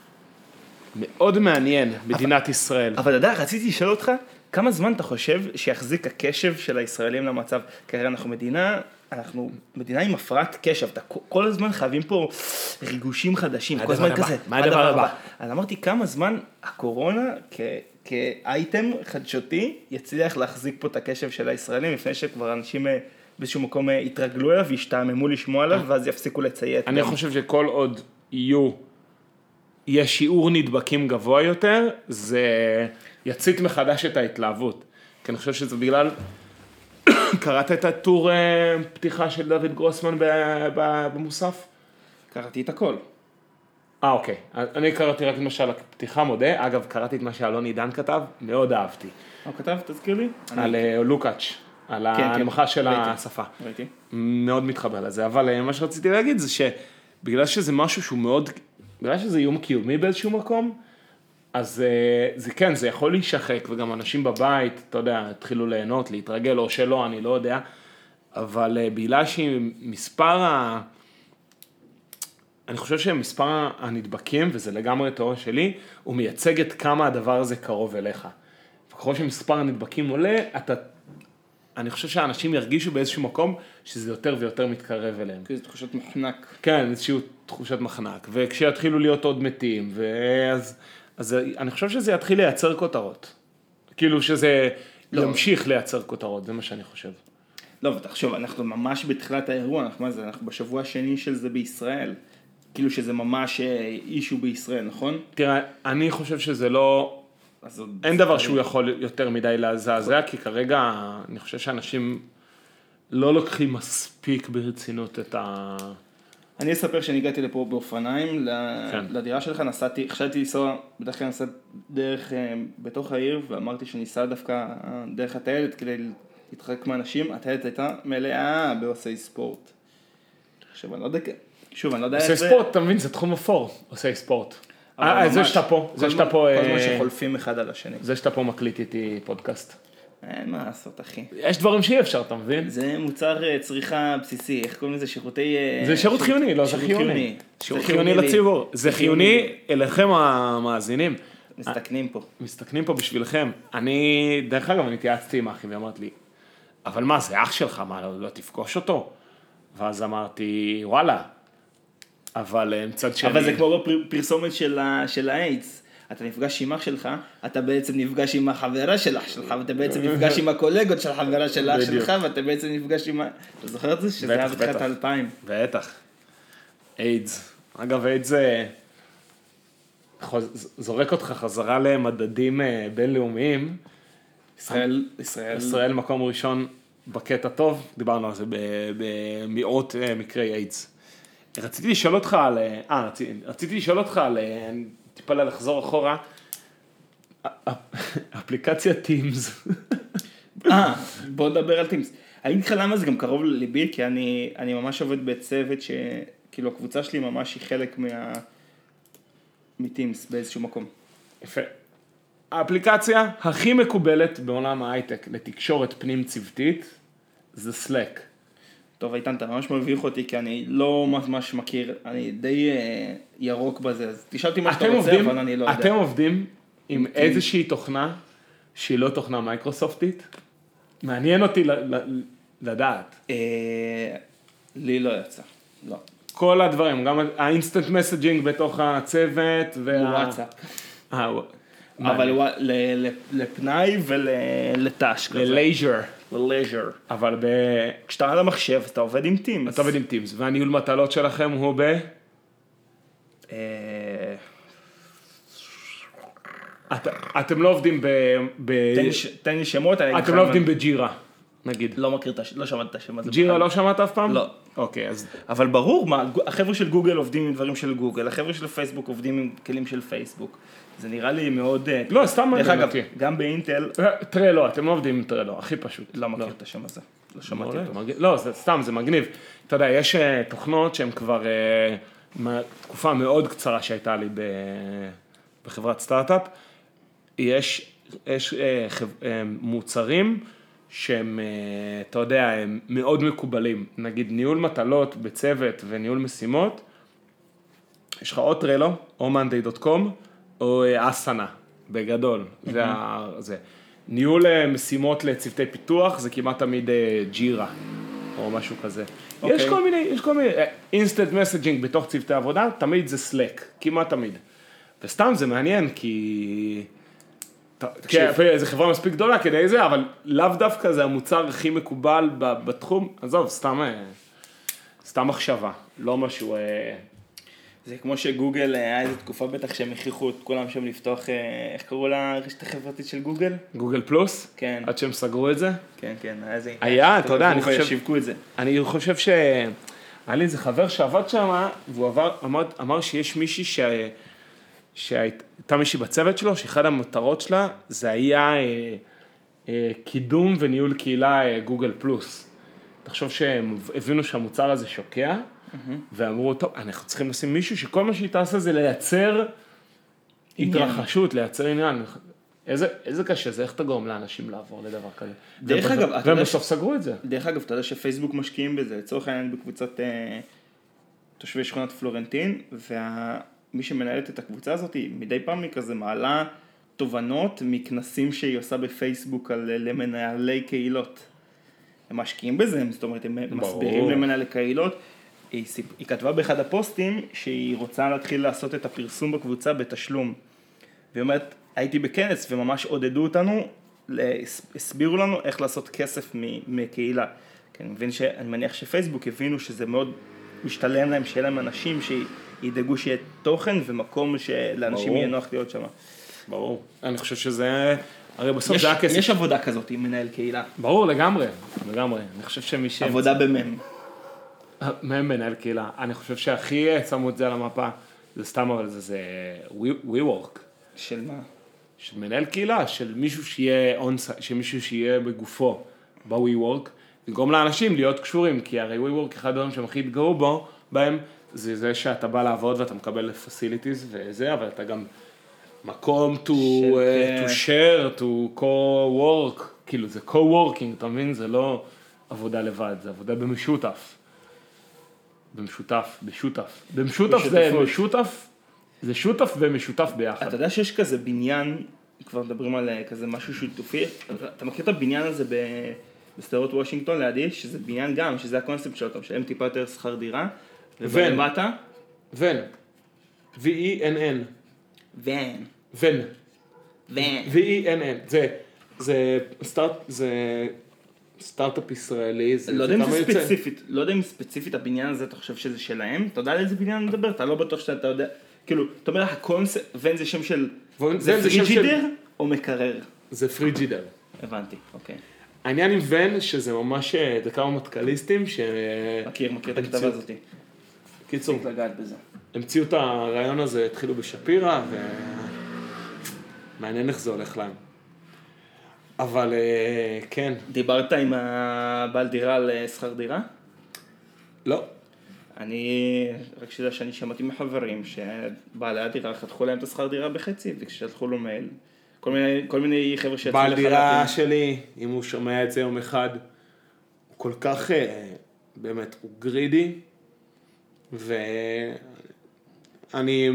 מאוד מעניין, מדינת ישראל. אבל אתה יודע, רציתי לשאול אותך, כמה זמן אתה חושב שיחזיק הקשב של הישראלים למצב? כי הרי אנחנו מדינה, אנחנו מדינה עם הפרעת קשב, אתה כל הזמן חייבים פה ריגושים חדשים, כל הזמן כזה. מה הדבר הבא? אז אמרתי, כמה זמן הקורונה כאייטם חדשותי יצליח להחזיק פה את הקשב של הישראלים, לפני שכבר אנשים באיזשהו מקום יתרגלו אליו וישתעממו לשמוע עליו, ואז יפסיקו לציית. אני חושב שכל עוד יהיו, יהיה שיעור נדבקים גבוה יותר, זה יצית מחדש את ההתלהבות. כי אני חושב שזה בגלל, קראת את הטור פתיחה של דוד גרוסמן במוסף? קראתי את הכל. אה, אוקיי. אני קראתי רק למשל הפתיחה מודה, אגב, קראתי את מה שאלון עידן כתב, מאוד אהבתי. מה כתב? תזכיר לי. על לוקאץ'. על ההנמכה של השפה. ראיתי. מאוד מתחבר לזה, אבל מה שרציתי להגיד זה שבגלל שזה משהו שהוא מאוד, בגלל שזה איום קיומי באיזשהו מקום, אז זה כן, זה יכול להישחק, וגם אנשים בבית, אתה יודע, התחילו ליהנות, להתרגל, או שלא, אני לא יודע, אבל בגלל שמספר ה... אני חושב שמספר הנדבקים, וזה לגמרי תיאוריה שלי, הוא מייצג את כמה הדבר הזה קרוב אליך. וככל שמספר הנדבקים עולה, אתה... אני חושב שהאנשים ירגישו באיזשהו מקום שזה יותר ויותר מתקרב אליהם. כי זה תחושת מחנק. כן, איזושהי תחושת מחנק. וכשיתחילו להיות עוד מתים, ואז, אז אני חושב שזה יתחיל לייצר כותרות. כאילו שזה לא. ימשיך לייצר כותרות, זה מה שאני חושב. לא, ותחשוב, אנחנו ממש בתחילת האירוע, אנחנו, מה זה, אנחנו בשבוע השני של זה בישראל. כאילו שזה ממש אישו בישראל, נכון? תראה, אני חושב שזה לא... אין דבר שהוא יכול יותר מדי להזעזע, כי כרגע אני חושב שאנשים לא לוקחים מספיק ברצינות את ה... אני אספר שאני הגעתי לפה באופניים, לדירה שלך, נסעתי, חשבתי לנסוע, בדרך כלל נסעתי דרך בתוך העיר, ואמרתי שניסע דווקא דרך הטיילת כדי להתחרק מאנשים, הטיילת הייתה מלאה בעושי ספורט. עכשיו אני לא יודע, שוב אני לא יודע איך זה... עושי ספורט, אתה מבין, זה תחום אפור, עושי ספורט. זה שאתה פה, זה שאתה פה... כל הזמן שחולפים אחד על השני. זה שאתה פה מקליט איתי פודקאסט. אין מה לעשות, אחי. יש דברים שאי אפשר, אתה מבין? זה מוצר צריכה בסיסי, איך קוראים לזה? שירותי... זה שירות חיוני, לא, זה חיוני. שירות חיוני לציבור. זה חיוני אליכם המאזינים. מסתכנים פה. מסתכנים פה בשבילכם. אני, דרך אגב, אני התייעצתי עם אחי ואמרת לי, אבל מה, זה אח שלך, מה, לא, לא תפגוש אותו? ואז אמרתי, וואלה, אבל מצד שני... אבל זה כמו בפרסומת של, ה, של האיידס. אתה נפגש עם אח שלך, אתה בעצם נפגש עם החברה של אח שלך, ואתה בעצם נפגש עם הקולגות של החברה של אח שלך, ואתה בעצם נפגש עם... אתה זוכר את זה? שזה היה בתחילת האלפיים. בטח. איידס. אגב, איידס זה... זורק אותך חזרה למדדים בינלאומיים. ישראל, ישראל... ישראל מקום ראשון בקטע טוב, דיברנו על זה במאות מקרי איידס. רציתי לשאול אותך על... אה, רציתי, רציתי לשאול אותך על... טיפה לחזור אחורה. אפליקציה טימס. אה, בוא נדבר על טימס. אני אגיד לך למה זה גם קרוב לליבי, כי אני, אני ממש עובד בצוות שכאילו הקבוצה שלי ממש היא חלק מה... מטימס באיזשהו מקום. יפה. האפליקציה הכי מקובלת בעולם ההייטק לתקשורת פנים צוותית זה Slack. טוב, איתן, אתה ממש מביך אותי, כי אני לא ממש מכיר, אני די אה, ירוק בזה, אז תשאלתי מה שאתה רוצה, אבל אני לא יודע. אתם עובדים עם איזושהי תוכנה שהיא לא תוכנה מייקרוסופטית? מעניין אותי לדעת. אה, לי לא יצא, לא. כל הדברים, גם האינסטנט מסג'ינג בתוך הצוות, וואטסאפ. אבל לפנאי ולטאש כזה. ללייז'ר. ללייז'ר. אבל ב... כשאתה על המחשב, אתה עובד עם טימס. אתה עובד עם טימס, והניהול מטלות שלכם הוא ב... אתם לא עובדים ב... תן לי שמות. אתם לא עובדים בג'ירה, נגיד. לא מכיר את השם, לא שמעת את השם הזה. ג'ירה לא שמעת אף פעם? לא. אוקיי, אז... אבל ברור, מה, החבר'ה של גוגל עובדים עם דברים של גוגל, החבר'ה של פייסבוק עובדים עם כלים של פייסבוק. זה נראה לי מאוד... לא, סתם דרך אגב, גם באינטל... טרלו, אתם לא עובדים עם טרלו, הכי פשוט. לא מכיר את השם הזה, לא שמעתי אותו. לא, סתם, זה מגניב. אתה יודע, יש תוכנות שהן כבר תקופה מאוד קצרה שהייתה לי בחברת סטארט-אפ. יש מוצרים שהם, אתה יודע, הם מאוד מקובלים. נגיד, ניהול מטלות בצוות וניהול משימות, יש לך או טרלו, או מאנדיי דוט קום, או אסנה, בגדול. זה, זה. ניהול משימות לצוותי פיתוח, זה כמעט תמיד ג'ירה, או משהו כזה. Okay. יש כל מיני, יש כל מיני, אינסטנט מסג'ינג בתוך צוותי עבודה, תמיד זה סלק, כמעט תמיד. וסתם זה מעניין, כי... כן, זו חברה מספיק גדולה כדי זה, אבל לאו דווקא זה המוצר הכי מקובל בתחום, עזוב, סתם, סתם מחשבה, לא משהו... זה כמו שגוגל, היה איזו תקופה בטח שהם הכריחו את כולם שם לפתוח, איך קראו לה רשת החברתית של גוגל? גוגל פלוס? כן. עד שהם סגרו את זה? כן, כן, היה זה. היה, אתה יודע, אני חושב... שיווקו את זה. אני חושב ש... היה לי איזה חבר שעבד שם, והוא עבר, אמר, אמר שיש מישהי ש... שהייתה מישהי בצוות שלו, שאחד המטרות שלה, זה היה אה, אה, קידום וניהול קהילה אה, גוגל פלוס. תחשוב שהם הבינו שהמוצר הזה שוקע, mm-hmm. ואמרו, טוב, אנחנו צריכים לשים מישהו שכל מה שהיא תעשה זה לייצר התרחשות, לייצר עניין. איזה, איזה קשה זה, איך אתה גורם לאנשים לעבור לדבר כזה? דרך ובס... אגב, והם בסוף סגרו את זה. דרך אגב, אתה יודע שפייסבוק משקיעים בזה, לצורך העניין בקבוצת אה, תושבי שכונת פלורנטין, וה... מי שמנהלת את הקבוצה הזאת, מדי פעם היא כזה מעלה תובנות מכנסים שהיא עושה בפייסבוק על למנהלי קהילות. הם משקיעים בזה, זאת אומרת, הם ברור. מסבירים למנהלי קהילות. היא, היא כתבה באחד הפוסטים שהיא רוצה להתחיל לעשות את הפרסום בקבוצה בתשלום. והיא אומרת, הייתי בכנס וממש עודדו אותנו, הסבירו לנו איך לעשות כסף מקהילה. כי אני מבין שאני מניח שפייסבוק הבינו שזה מאוד משתלם להם, שיהיה להם אנשים שהיא... ידאגו שיהיה תוכן ומקום שלאנשים יהיה נוח להיות שם. ברור. אני חושב שזה, הרי בסוף יש, זה הכסף. יש עבודה כזאת עם מנהל קהילה. ברור, לגמרי, לגמרי. אני חושב שמי ש... עבודה במם. מם מנהל קהילה. אני חושב שהכי שמו את זה על המפה, זה סתם, אבל זה, זה WeWork. של מה? של מנהל קהילה, של מישהו שיהיה on-site, שמישהו שיהיה בגופו ב-WeWork, לגרום לאנשים להיות קשורים, כי הרי WeWork אחד הדברים שהם הכי התגרו בו, בהם, זה זה שאתה בא לעבוד ואתה מקבל facilities וזה, אבל אתה גם מקום to, uh, to share, to co-work, כאילו זה co-working, אתה מבין? זה לא עבודה לבד, זה עבודה במשותף. במשותף, בשותף. במשותף זה משותף, זה שותף ומשותף ביחד. אתה יודע שיש כזה בניין, כבר מדברים על כזה משהו שיתופי, אתה מכיר את הבניין הזה בשדרות וושינגטון לידי, שזה בניין גם, שזה הקונספט שלו, אתה משלם טיפה יותר שכר דירה, ובלמטה? ון. V-E-N-N. ון. ון. ון. V-E-N-N. זה, זה סטארט, זה סטארט-אפ ישראלי. לא יודע אם זה ספציפית, לא יודע אם ספציפית הבניין הזה, אתה חושב שזה שלהם? אתה יודע על איזה בניין מדבר? אתה לא בטוח שאתה יודע, כאילו, אתה אומר, הקונספט, ון זה שם של, זה פריג'ידר או מקרר? זה פריג'ידר. הבנתי, אוקיי. העניין עם ון, שזה ממש, זה כמה מטקליסטים ש... מכיר, מכיר את הכתבה הזאת. קיצור, צריך לגעת בזה. המציאו את הרעיון הזה, התחילו בשפירה, ומעניין איך זה הולך להם. אבל כן. דיברת עם הבעל דירה על שכר דירה? לא. אני, רק שזה שאני שמעתי מחברים, שבעלי הדירה חתכו להם את השכר דירה בחצי, וכששלחו לו מייל, כל מיני, כל מיני חבר'ה שיצאו לחלטים. בעל דירה שלי, אם הוא שומע את זה יום אחד, הוא כל כך, באמת, הוא גרידי, ואני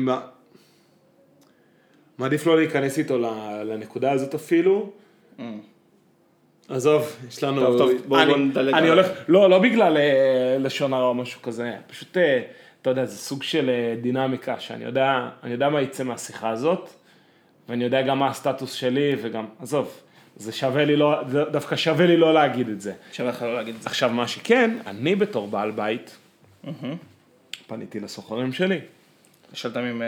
מעדיף לא להיכנס איתו לנקודה הזאת אפילו. עזוב, יש לנו... טוב, טוב, בואו נדלג. אני הולך, לא, לא בגלל לשון הרע או משהו כזה, פשוט, אתה יודע, זה סוג של דינמיקה, שאני יודע, אני יודע מה יצא מהשיחה הזאת, ואני יודע גם מה הסטטוס שלי, וגם, עזוב, זה שווה לי לא, דווקא שווה לי לא להגיד את זה. שווה לך לא להגיד את זה. עכשיו, מה שכן, אני בתור בעל בית, פניתי לסוחרים שלי. שאלתם עם...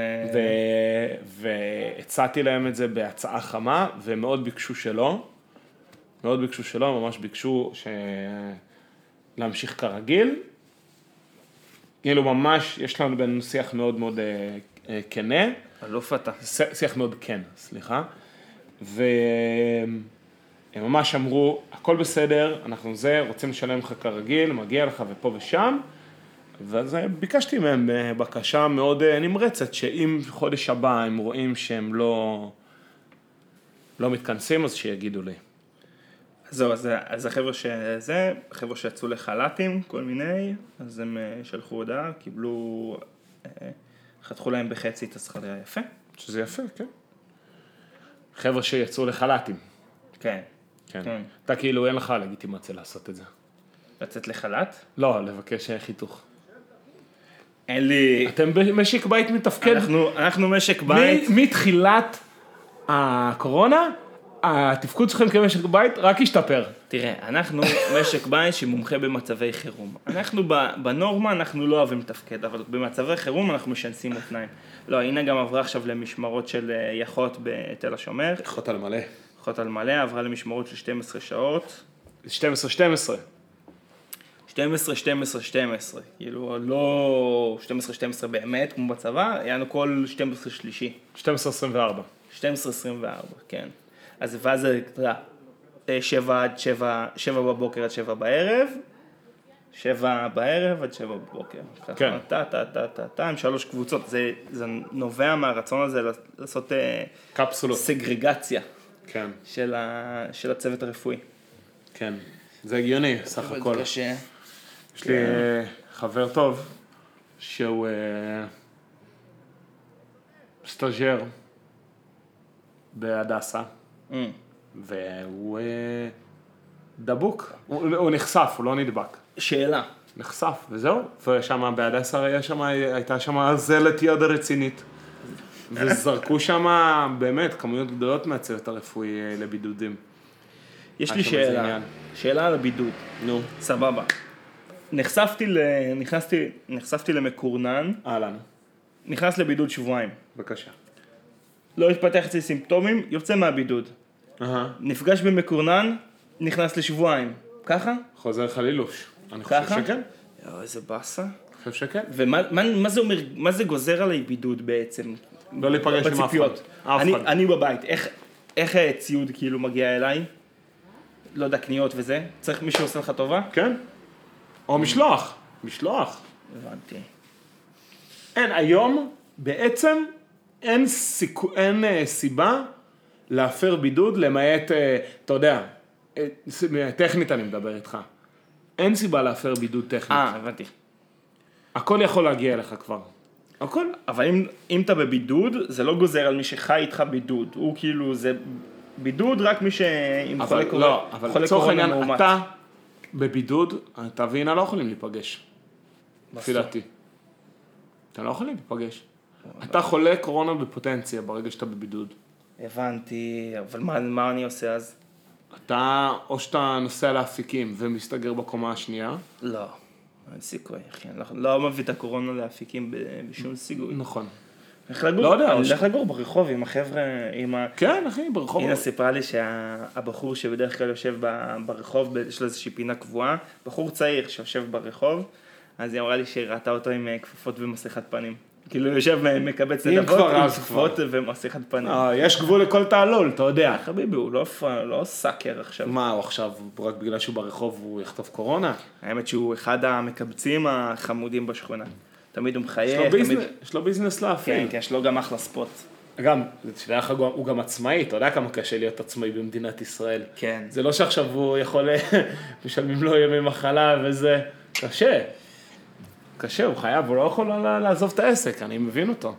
והצעתי להם את זה בהצעה חמה, ומאוד ביקשו שלא. מאוד ביקשו שלא, ממש ביקשו להמשיך כרגיל. כאילו ממש, יש לנו בין שיח מאוד מאוד כנה. אלוף אתה. שיח מאוד כן, סליחה. והם ממש אמרו, הכל בסדר, אנחנו זה, רוצים לשלם לך כרגיל, מגיע לך ופה ושם. ואז ביקשתי מהם בקשה מאוד נמרצת, שאם חודש הבא הם רואים שהם לא, לא מתכנסים, אז שיגידו לי. זהו, אז, אז החבר'ה שזה, החבר'ה שיצאו לחל"תים, כל מיני, אז הם שלחו הודעה, קיבלו, חתכו להם בחצי את השכר דירה. יפה. שזה יפה, כן. חבר'ה שיצאו לחל"תים. כן. כן. כן. אתה כאילו אין לך לגיטימציה לעשות את זה. לצאת לחל"ת? לא, לבקש חיתוך. אין לי... אתם במשק בית מתפקד? אנחנו, אנחנו משק בית... מתחילת הקורונה, התפקוד שלכם כמשק בית רק השתפר. תראה, אנחנו משק בית שמומחה במצבי חירום. אנחנו בנורמה, אנחנו לא אוהבים לתפקד, אבל במצבי חירום אנחנו משנסים מותניים. לא, הנה גם עברה עכשיו למשמרות של יחות בתל השומר. יחות על מלא. יחות על מלא, עברה למשמרות של שתים עשרה שעות. שתים עשרה שתים עשרה. שתים עשרה שתים עשרה שתים עשרה, כאילו לא שתים עשרה שתים עשרה באמת כמו בצבא, היה לנו כל שתים עשרה שלישי. שתים עשרה עשרים וארבע. שתים עשרה עשרים וארבע, כן. אז ואז זה, אתה יודע, שבע עד שבע, שבע בבוקר עד שבע בערב, שבע בערב עד שבע בבוקר. כן. טה, טה, טה, טה, טה, עם שלוש קבוצות. זה, זה נובע מהרצון הזה לעשות קפסולות. סגרגציה. כן. של, ה, של הצוות הרפואי. כן. זה הגיוני, סך הכל. קשה. יש לי חבר טוב, שהוא סטאז'ר בהדסה, והוא דבוק, הוא נחשף, הוא לא נדבק. שאלה. נחשף, וזהו, ושם בהדסה הייתה שם זלת יד הרצינית, וזרקו שם באמת כמויות גדולות מהצוות הרפואי לבידודים. יש לי שאלה, שאלה על הבידוד. נו. סבבה. נחשפתי ל... נכנסתי, נחשפתי למקורנן. אהלן. נכנס לבידוד שבועיים. בבקשה. לא התפתח אצלי סימפטומים, יוצא מהבידוד. אהה. נפגש במקורנן, נכנס לשבועיים. ככה? חוזר חלילוש. אני ככה? חושב שכן. יו, איזה באסה. אני חושב שכן. ומה מה, מה זה אומר, מה זה גוזר עליי בידוד בעצם? לא להיפגש עם אף אחד. אני, אני בבית, איך, איך ציוד כאילו מגיע אליי? לא יודע, קניות וזה? צריך מישהו עושה לך טובה? כן. או משלוח. משלוח. הבנתי. אין, היום בעצם אין, סיכו, אין אה, סיבה להפר בידוד, למעט, אה, אתה יודע, אה, טכנית אני מדבר איתך. אין סיבה להפר בידוד טכנית. אה, הבנתי. הכל יכול להגיע אליך כבר. הכל. אבל אם, אם אתה בבידוד, זה לא גוזר על מי שחי איתך בידוד. הוא כאילו, זה בידוד רק מי ש... אבל לא, אבל לצורך העניין, אתה בבידוד, אתה ואינה לא יכולים להיפגש. לפי דעתי. אתם לא יכולים להיפגש. אתה חולה קורונה בפוטנציה ברגע שאתה בבידוד. הבנתי, אבל מה, מה אני עושה אז? אתה, או שאתה נוסע להפיקים ומסתגר בקומה השנייה. לא, אין סיכוי, אחי. אני לא, לא מביא את הקורונה להפיקים בשום סיגוי. נכון. איך לגור? לא יודע, אני ש- הולך לגור ברחוב עם החבר'ה, עם ה... כן, אחי, ברחוב. הנה סיפרה לי שהבחור שבדרך כלל יושב ב- ברחוב, יש לו איזושהי פינה קבועה, בחור צעיר שיושב ברחוב, אז היא אמרה לי שהיא ראתה אותו עם אה, כפפות ומסכת פנים. כאילו הוא יושב מקבץ אם נדבות כבר, עם אז כפפות ומסכת פנים. אה, יש גבול לכל תעלול, אתה יודע. חביבי, הוא לא, פ- לא סאקר עכשיו. מה, הוא עכשיו, רק בגלל שהוא ברחוב הוא יכתוב קורונה? האמת שהוא אחד המקבצים החמודים בשכונה. תמיד הוא יש מחייך, לו תמיד... ביזנס, יש לו ביזנס כן, להפעיל. כן, יש לו גם אחלה ספוט. גם, שתדע לך, הוא גם עצמאי, אתה יודע כמה קשה להיות עצמאי במדינת ישראל. כן. זה לא שעכשיו הוא יכול, משלמים לו ימי מחלה וזה, קשה. קשה, הוא חייב, הוא לא יכול לה- לעזוב את העסק, אני מבין אותו.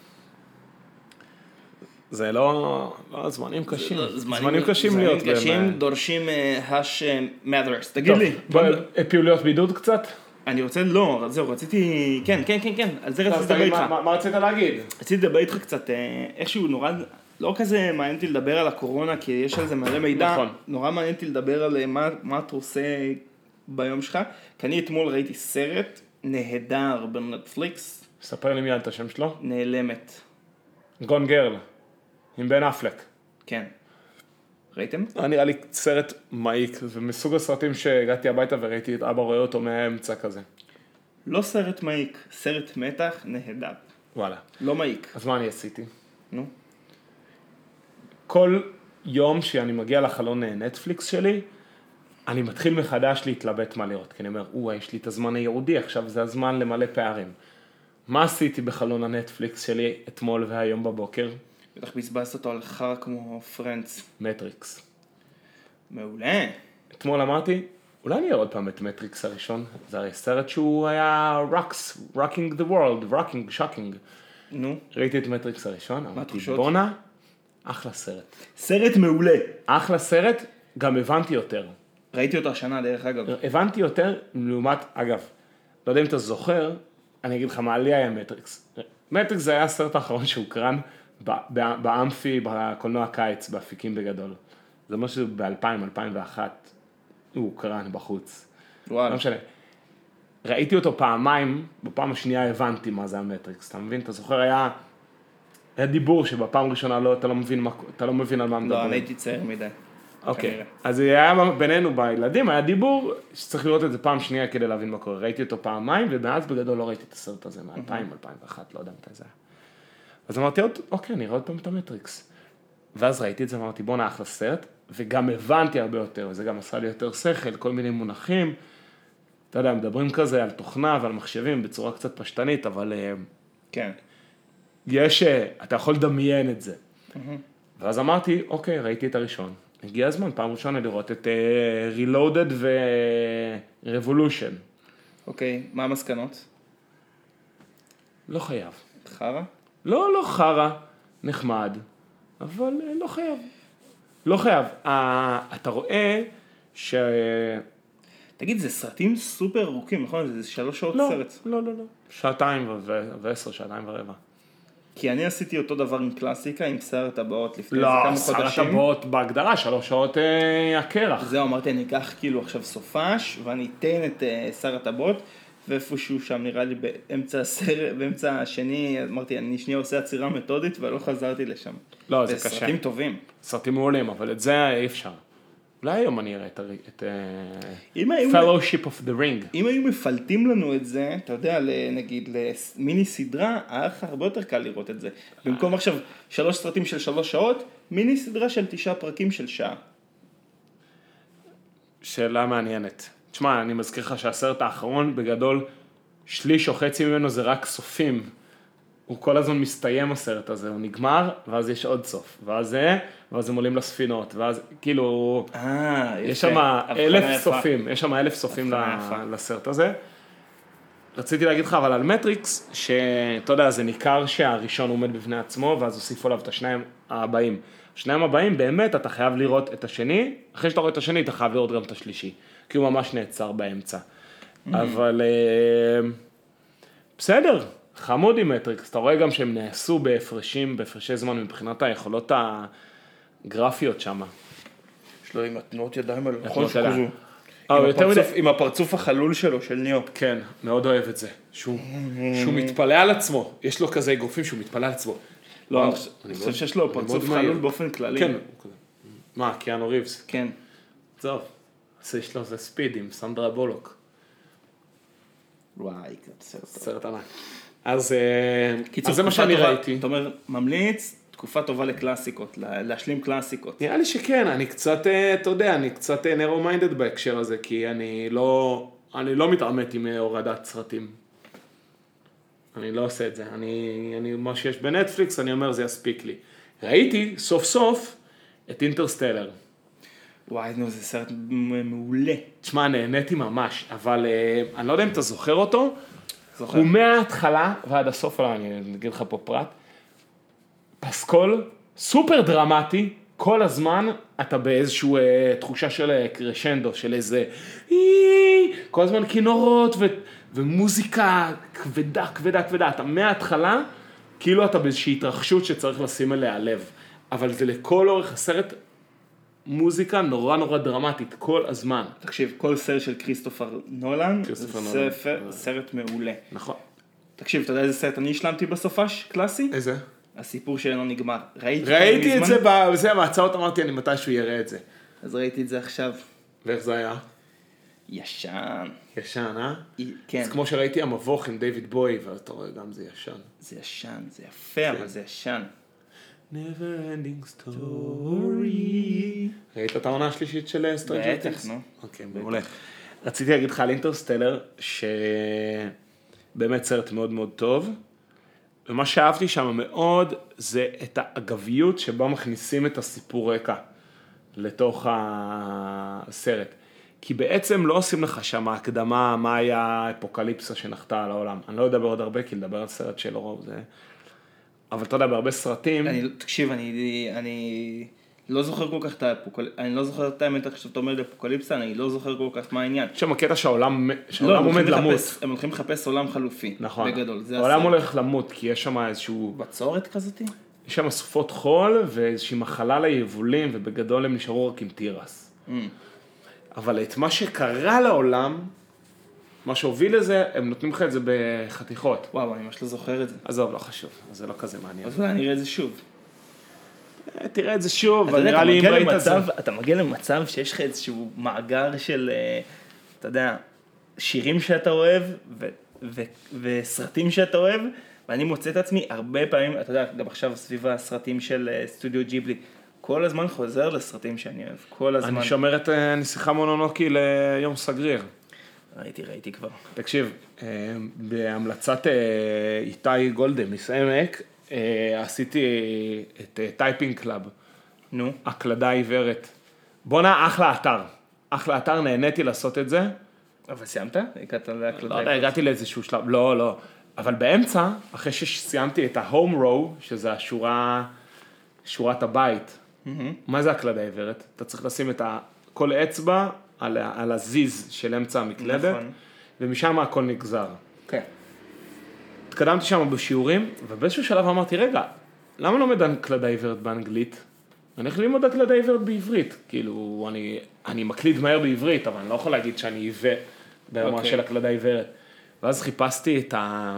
זה לא, לא, זמנים קשים. זמנים קשים להיות. זמנים קשים, והם- דורשים האש מאדרס. תגיד לי. טוב, בוא, פעילויות בידוד קצת? אני רוצה, לא, זהו, רציתי, כן, כן, כן, כן, על זה רציתי אז לדבר תגיד, איתך. מה- מה- מה רצית להגיד? רציתי לדבר איתך קצת, אה, איכשהו נורא, לא כזה מעניין אותי לדבר על הקורונה, כי יש על זה מלא מידע. נכון. נורא מעניין אותי לדבר על אה, מה, מה אתה עושה ביום שלך. כי אני אתמול ראיתי סרט נהדר בנטפליקס, ספר לי מיד את השם שלו. נעלמת. גון גרל, עם בן אפלק. כן. ראיתם? היה נראה לי סרט מעיק, ומסוג הסרטים שהגעתי הביתה וראיתי את אבא רואה אותו מהאמצע כזה. לא סרט מעיק, סרט מתח נהדר. וואלה. לא מעיק. אז מה אני עשיתי? נו. כל יום שאני מגיע לחלון נטפליקס שלי, אני מתחיל מחדש להתלבט מה לראות, כי אני אומר, וואי, יש לי את הזמן הייעודי, עכשיו זה הזמן למלא פערים. מה עשיתי בחלון הנטפליקס שלי אתמול והיום בבוקר? בטח בזבזת אותו על חרא כמו פרנדס. מטריקס. מעולה. אתמול אמרתי, אולי אני אראה עוד פעם את מטריקס הראשון, זה הרי סרט שהוא היה רוקס, rocking the world, rocking, shocking. נו. ראיתי את מטריקס הראשון, אמרתי, התחושות? בונה, אחלה סרט. סרט מעולה. אחלה סרט, גם הבנתי יותר. ראיתי אותו השנה דרך אגב. הבנתי יותר לעומת, אגב, לא יודע אם אתה זוכר, אני אגיד לך מה לי היה מטריקס. מטריקס זה היה הסרט האחרון שהוקרן ב- ב- באמפי, בקולנוע קיץ, באפיקים בגדול. זה משהו ב-אלפיים, אלפיים ואחת, הוא הוקרן בחוץ. וואלה. לא משנה. ראיתי אותו פעמיים, בפעם השנייה הבנתי מה זה המטריקס, אתה מבין? אתה זוכר, היה, היה דיבור שבפעם הראשונה לא, אתה לא מבין, מה, אתה לא מבין על מה מדברים. לא, אני הייתי צעיר מדי. אוקיי, כנראה. אז היה בינינו בילדים, היה דיבור שצריך לראות את זה פעם שנייה כדי להבין מה קורה. ראיתי אותו פעמיים, ומאז בגדול לא ראיתי את הסרט הזה, מ-אלפיים, אלפיים ואחת, לא יודע מתי זה היה. אז אמרתי עוד, אוקיי, אני אראה עוד פעם את המטריקס. ואז ראיתי את זה, אמרתי, בוא נאחלה סרט, וגם הבנתי הרבה יותר, וזה גם עשה לי יותר שכל, כל מיני מונחים. אתה יודע, מדברים כזה על תוכנה ועל מחשבים בצורה קצת פשטנית, אבל אה, כן. יש, אה, אתה יכול לדמיין את זה. ואז אמרתי, אוקיי, ראיתי את הראשון. הגיע הזמן, פעם ראשונה לראות את uh, Reloaded ו-Revolution. אוקיי, מה המסקנות? לא חייב. חרא? לא, לא חרא, נחמד, אבל uh, לא חייב. לא חייב. Uh, אתה רואה ש... תגיד, זה סרטים סופר ארוכים, נכון? זה שלוש שעות לא, סרט. לא, לא, לא. שעתיים ו- ועשר, שעתיים ורבע. כי אני עשיתי אותו דבר עם קלאסיקה, עם שר הטבעות לפני לא, איזה שר כמה חודשים. הטבעות בהגדרה, שלוש שעות uh, הקרח. זהו, אמרתי, אני אקח כאילו עכשיו סופש, ואני אתן את uh, שר הטבעות, ואיפשהו שם נראה לי באמצע הסרט, באמצע השני, אמרתי, אני שנייה עושה עצירה מתודית, ולא חזרתי לשם. לא, זה קשה. סרטים טובים. סרטים מעולים, אבל את זה אי אפשר. אולי היום אני אראה את, הר- את אם uh, היו- Fellowship of the Ring. אם היו מפלטים לנו את זה, אתה יודע, נגיד למיני סדרה, היה לך הרבה יותר קל לראות את זה. במקום עכשיו שלוש סרטים של שלוש שעות, מיני סדרה של תשעה פרקים של שעה. שאלה מעניינת. תשמע, אני מזכיר לך שהסרט האחרון בגדול, שליש או חצי ממנו זה רק סופים. הוא כל הזמן מסתיים הסרט הזה, הוא נגמר, ואז יש עוד סוף. ואז זה, ואז הם עולים לספינות, ואז כאילו, אה, יפה. יש שם הבחנה אלף יפה. סופים, יש שם אלף סופים הבחנה ל- יפה. לסרט הזה. רציתי להגיד לך אבל על מטריקס, שאתה יודע, זה ניכר שהראשון עומד בפני עצמו, ואז הוסיפו עליו את השניים הבאים. השניים הבאים, באמת, אתה חייב לראות את השני, אחרי שאתה רואה את השני, אתה חייב לראות גם את השלישי. כי הוא ממש נעצר באמצע. אבל אה, בסדר, חמוד עם מטריקס, אתה רואה גם שהם נעשו בהפרשים, בהפרשי זמן מבחינת היכולות הגרפיות שם. יש לו עם התנועות ידיים האלו, נכון התנועות ידיים. שכזו. אה, עם יותר מדי- הפרצוף- עם הפרצוף החלול שלו, של ניאו. כן, מאוד אוהב את זה. שהוא שהוא מתפלא על עצמו. יש לו כזה אגרופים שהוא מתפלא על עצמו. לא, וואו, אני חושב- אני אני מאוד- חושב שיש לו אני פרצוף מאוד מהיר. חלול באופן כללי. כן. הוא כזה. מה, קיאנו ריבס? כן. טוב. אז יש לו זה ספיד עם סנדרה בולוק. וואי, בסדר. סרט ענק. אז אה, קיצור, אז זה מה תקופה שאני טובה. ראיתי. אתה אומר, ממליץ, תקופה טובה לקלאסיקות, לה- להשלים קלאסיקות. נראה לי שכן, אני קצת, אה, אתה יודע, אני קצת נרו מיינדד בהקשר הזה, כי אני לא, אני לא מתעמת עם אה, הורדת סרטים. אני לא עושה את זה. אני, אני, מה שיש בנטפליקס, אני אומר, זה יספיק לי. ראיתי, סוף סוף, את אינטרסטלר. וואי, נו, זה סרט מ- מעולה. תשמע, נהניתי ממש, אבל אה, אני לא יודע אם אתה זוכר אותו, זוכר? הוא מההתחלה ועד הסוף, לא, אני אגיד לך פה פרט, פסקול, סופר דרמטי, כל הזמן אתה באיזושהי אה, תחושה של אה, קרשנדו, של איזה, אי, כל הזמן כינורות ו, ומוזיקה כבדה, כבדה, כבדה, אתה מההתחלה, כאילו אתה באיזושהי התרחשות שצריך לשים אליה לב, אבל זה לכל אורך הסרט, מוזיקה נורא נורא דרמטית, כל הזמן. תקשיב, כל סרט של כריסטופר נולן, כריסטופר זה נולן. ספר- סרט מעולה. נכון. תקשיב, אתה יודע איזה סרט אני השלמתי בסופש, קלאסי? איזה? הסיפור שאינו נגמר. ראיתי ראיתי פעם את מזמן? זה, בזה, בהצעות אמרתי, אני מתישהו יראה את זה. אז ראיתי את זה עכשיו. ואיך זה היה? ישן. ישן, אה? כן, אז כמו שראיתי המבוך עם דיוויד בוי, ואתה רואה גם זה ישן. זה ישן, זה יפה, אבל זה ישן. never ending story. ראית את העונה השלישית של סטרנג'ר בטח, טינגס? נו. אוקיי, מעולה. רציתי להגיד לך על אינטרסטלר, שבאמת סרט מאוד מאוד טוב, ומה שאהבתי שם מאוד, זה את האגביות שבה מכניסים את הסיפור רקע לתוך הסרט. כי בעצם לא עושים לך שם הקדמה, מה היה האפוקליפסה שנחתה על העולם. אני לא יודע בעוד הרבה, כי לדבר על סרט של אורוב זה... אבל אתה יודע, בהרבה סרטים... אני, תקשיב, אני, אני לא זוכר כל כך את האפוקליפסה, אני לא זוכר את האמת, עכשיו אתה אומר אפוקליפסה, אני לא זוכר כל כך מה העניין. יש שם הקטע שהעולם, לא, שהעולם הם עומד הולכים למות. לחפש- הם הולכים לחפש עולם חלופי. נכון. בגדול, זה העולם הסרט. הולך למות, כי יש שם איזשהו... בצורת כזאתי? יש שם סופות חול, ואיזושהי מחלה ליבולים, ובגדול הם נשארו רק עם תירס. Mm. אבל את מה שקרה לעולם, מה שהוביל לזה, הם נותנים לך את זה בחתיכות. וואו, אני ממש לא זוכר את זה. עזוב, לא חשוב, זה לא כזה מעניין. אז אולי נראה את זה שוב. תראה את זה שוב, אתה אבל יודע, נראה אתה לי אם מגיע ראית את זה. למצב, אתה מגיע למצב שיש לך איזשהו מאגר של, אה, אתה יודע, שירים שאתה אוהב, ו- ו- וסרטים שאתה אוהב, ואני מוצא את עצמי הרבה פעמים, אתה יודע, גם עכשיו סביב הסרטים של אה, סטודיו ג'יבלי, כל הזמן חוזר לסרטים שאני אוהב, כל הזמן. אני שומר את אה, נסיכה מונונוקי ליום סגריר. ראיתי, ראיתי כבר. תקשיב, אה, בהמלצת אה, איתי גולדם מסעמק, אה, עשיתי את טייפינג קלאב, נו. הקלדה עיוורת. בואנה, אחלה אתר. אחלה אתר, נהניתי לעשות את זה. אבל סיימת? הגעת להקלטה? לא יודע, הגעתי לאיזשהו שלב, לא, לא. אבל באמצע, אחרי שסיימתי את ה-home row, שזה השורה, שורת הבית, מה זה הקלדה עיוורת? אתה צריך לשים את כל אצבע על, על הזיז של אמצע המקלדת, נכון. ומשם הכל נגזר. כן. התקדמתי שם בשיעורים, ובאיזשהו שלב אמרתי, רגע, למה לא מדען הקלדה עיוורת באנגלית? אני הולך ללמוד הקלדה עיוורת בעברית. כאילו, אני, אני מקליד מהר בעברית, אבל אני לא יכול להגיד שאני עיוור ברמה אוקיי. של הקלדה עיוורת. ואז חיפשתי את ה...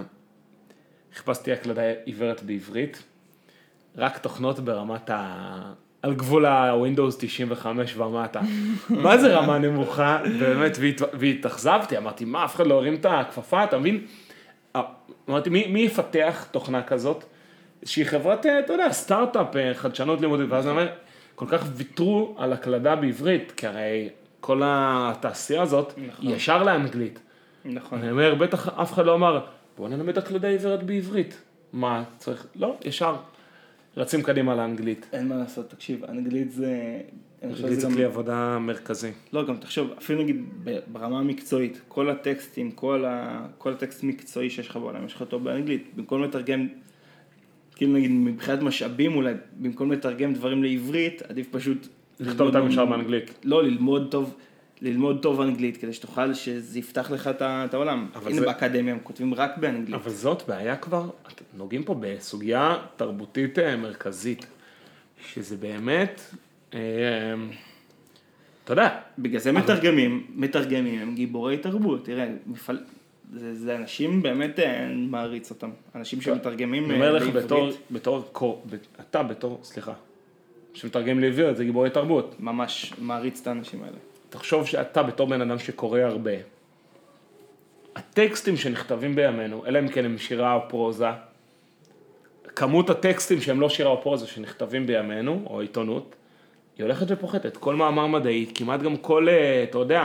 חיפשתי הקלדה עיוורת בעברית, רק תוכנות ברמת ה... על גבול ה-Windows תשעים וחמש ומטה. מה זה רמה נמוכה? באמת, והת- והתאכזבתי, אמרתי, מה, אף אחד לא הרים את הכפפה, אתה מבין? אמרתי, מי, מי יפתח תוכנה כזאת? שהיא חברת, אתה יודע, סטארט-אפ, חדשנות לימודית, ואז אני אומר, כל כך ויתרו על הקלדה בעברית, כי הרי כל התעשייה הזאת נכון. היא ישר לאנגלית. נכון. אני אומר, בטח אף אחד לא אמר, בוא נלמד הקלדה עיוורת בעברית. מה, צריך? לא, ישר. רצים קדימה לאנגלית. אין מה לעשות, תקשיב, אנגלית זה... אני חושב אנגלית שזה זה גם- כלי עבודה מרכזי. לא, גם תחשוב, אפילו נגיד ב- ברמה המקצועית, כל הטקסטים, כל, ה... כל הטקסט מקצועי שיש לך בעולם, יש לך אותו באנגלית, במקום לתרגם, כאילו נגיד מבחינת משאבים אולי, במקום לתרגם דברים לעברית, עדיף פשוט... לכתוב אותם ישר באנגלית. לא, ללמוד טוב, ללמוד טוב אנגלית, כדי שתוכל שזה יפתח לך את העולם. הנה זה... באקדמיה הם כותבים רק באנגלית. אבל זאת בעיה כבר, נוגעים פה בסוגיה תרבותית מרכזית, שזה באמת, אה, אתה יודע. בגלל זה אבל... מתרגמים, מתרגמים, הם גיבורי תרבות, תראה, מפעל... זה, זה אנשים באמת מעריץ אותם, אנשים שמתרגמים בעברית. אני אומר לך בתור, בתור, בתור, אתה בתור, סליחה, שמתרגם לעברית, זה גיבורי תרבות. ממש מעריץ את האנשים האלה. תחשוב שאתה בתור בן אדם שקורא הרבה, הטקסטים שנכתבים בימינו, אלא אם כן הם שירה או פרוזה, כמות הטקסטים שהם לא שירה או פרוזה שנכתבים בימינו, או עיתונות, היא הולכת ופוחתת. כל מאמר מדעי, כמעט גם כל, אתה יודע,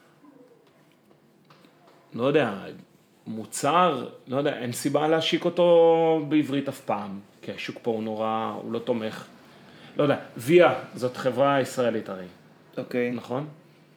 לא יודע, מוצר, לא יודע, אין סיבה להשיק אותו בעברית אף פעם, כי השוק פה הוא נורא, הוא לא תומך. לא יודע, ויה, זאת חברה ישראלית הרי. אוקיי. נכון?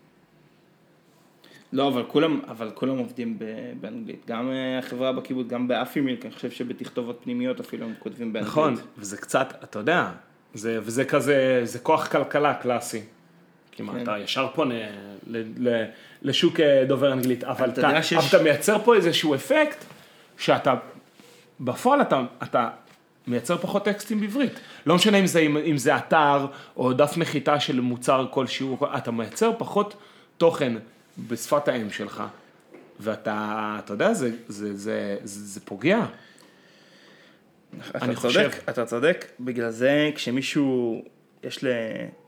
לא, אבל כולם, אבל כולם עובדים באנגלית. גם החברה בקיבוץ, גם באפי מילק, אני חושב שבתכתובות פנימיות אפילו הם כותבים באנגלית. נכון, וזה קצת, אתה יודע, זה, וזה כזה, זה כוח כלכלה קלאסי. כמעט, כן. אתה ישר פונה ל, ל, לשוק דובר אנגלית, אבל אתה, אתה, שיש... אתה מייצר פה איזשהו אפקט, שאתה, בפועל אתה, אתה מייצר פחות טקסטים בעברית. לא משנה אם זה, אם זה אתר, או דף נחיתה של מוצר כלשהו, אתה מייצר פחות תוכן בשפת האם שלך, ואתה, אתה יודע, זה, זה, זה, זה, זה פוגע. אתה צודק, חושב... אתה צודק, בגלל זה כשמישהו, יש ל...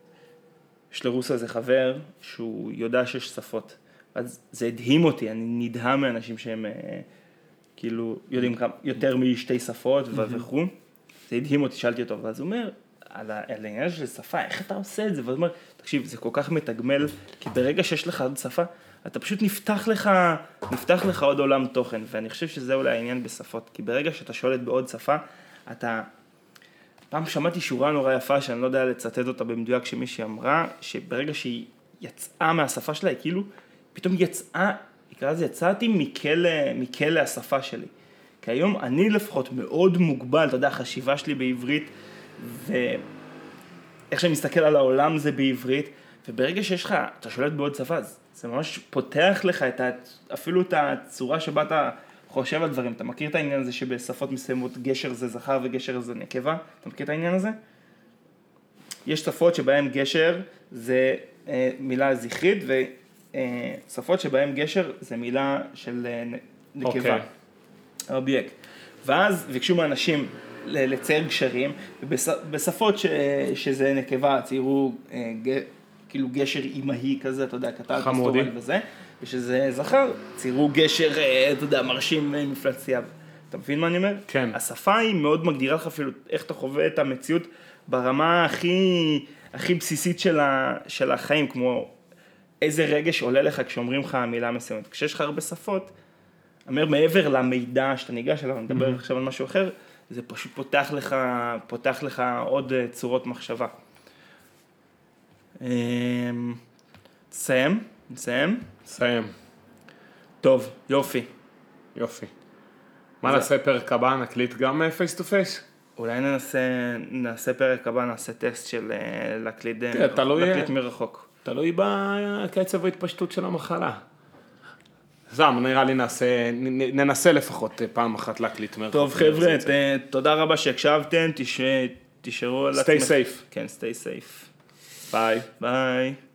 יש לרוס הזה חבר שהוא יודע שיש שפות, אז זה הדהים אותי, אני נדהם מאנשים שהם כאילו יודעים יותר משתי שפות וכו', זה הדהים אותי, שאלתי אותו, ואז הוא אומר, על העניין של שפה, איך אתה עושה את זה? ואז הוא אומר, תקשיב, זה כל כך מתגמל, כי ברגע שיש לך עוד שפה, אתה פשוט נפתח לך, נפתח לך עוד עולם תוכן, ואני חושב שזה אולי העניין בשפות, כי ברגע שאתה שולט בעוד שפה, אתה... פעם שמעתי שורה נורא יפה, שאני לא יודע לצטט אותה במדויק, שמישהי אמרה, שברגע שהיא יצאה מהשפה שלה, היא כאילו, פתאום יצאה, יקרא לזה, יצאתי מכלא, מכלא השפה שלי. כי היום אני לפחות מאוד מוגבל, אתה יודע, החשיבה שלי בעברית, ואיך שאני מסתכל על העולם זה בעברית, וברגע שיש לך, אתה שולט בעוד שפה, זה ממש פותח לך את, אפילו את הצורה שבה אתה חושב על דברים. אתה מכיר את העניין הזה שבשפות מסוימות גשר זה זכר וגשר זה נקבה? אתה מכיר את העניין הזה? יש שפות שבהן גשר זה אה, מילה זכרית, ושפות שבהן גשר זה מילה של אה, נקבה. Okay. אובייקט. ואז ביקשו מאנשים לצייר גשרים, ובשפות ש, שזה נקבה, ציירו אה, ג, כאילו גשר אימהי כזה, אתה יודע, קטן, חמודי. וזה. ושזה זכר, ציירו גשר, אתה יודע, מרשים מפלציה. אתה מבין מה אני אומר? כן. השפה היא מאוד מגדירה לך אפילו איך אתה חווה את המציאות ברמה הכי, הכי בסיסית של, ה, של החיים, כמו איזה רגש עולה לך כשאומרים לך המילה מסוימת. כשיש לך הרבה שפות, אומר מעבר למידע שאתה ניגש אליו, אני מדבר עכשיו על משהו אחר, זה פשוט פותח לך, פותח לך עוד צורות מחשבה. תסיים, נסיים. נסיים. טוב, יופי. יופי. מה נעשה פרק הבא? נקליט גם פייס טו פייס? אולי ננסה, נעשה פרק הבא, נעשה טסט של להקליט מרחוק. תלוי בקצב ההתפשטות של המחלה. זם, נראה לי נעשה, ננסה לפחות פעם אחת להקליט מרחוק. טוב חבר'ה, תודה רבה שהקשבתם, תשארו על עצמכם. Stay safe. כן, stay safe. ביי. ביי.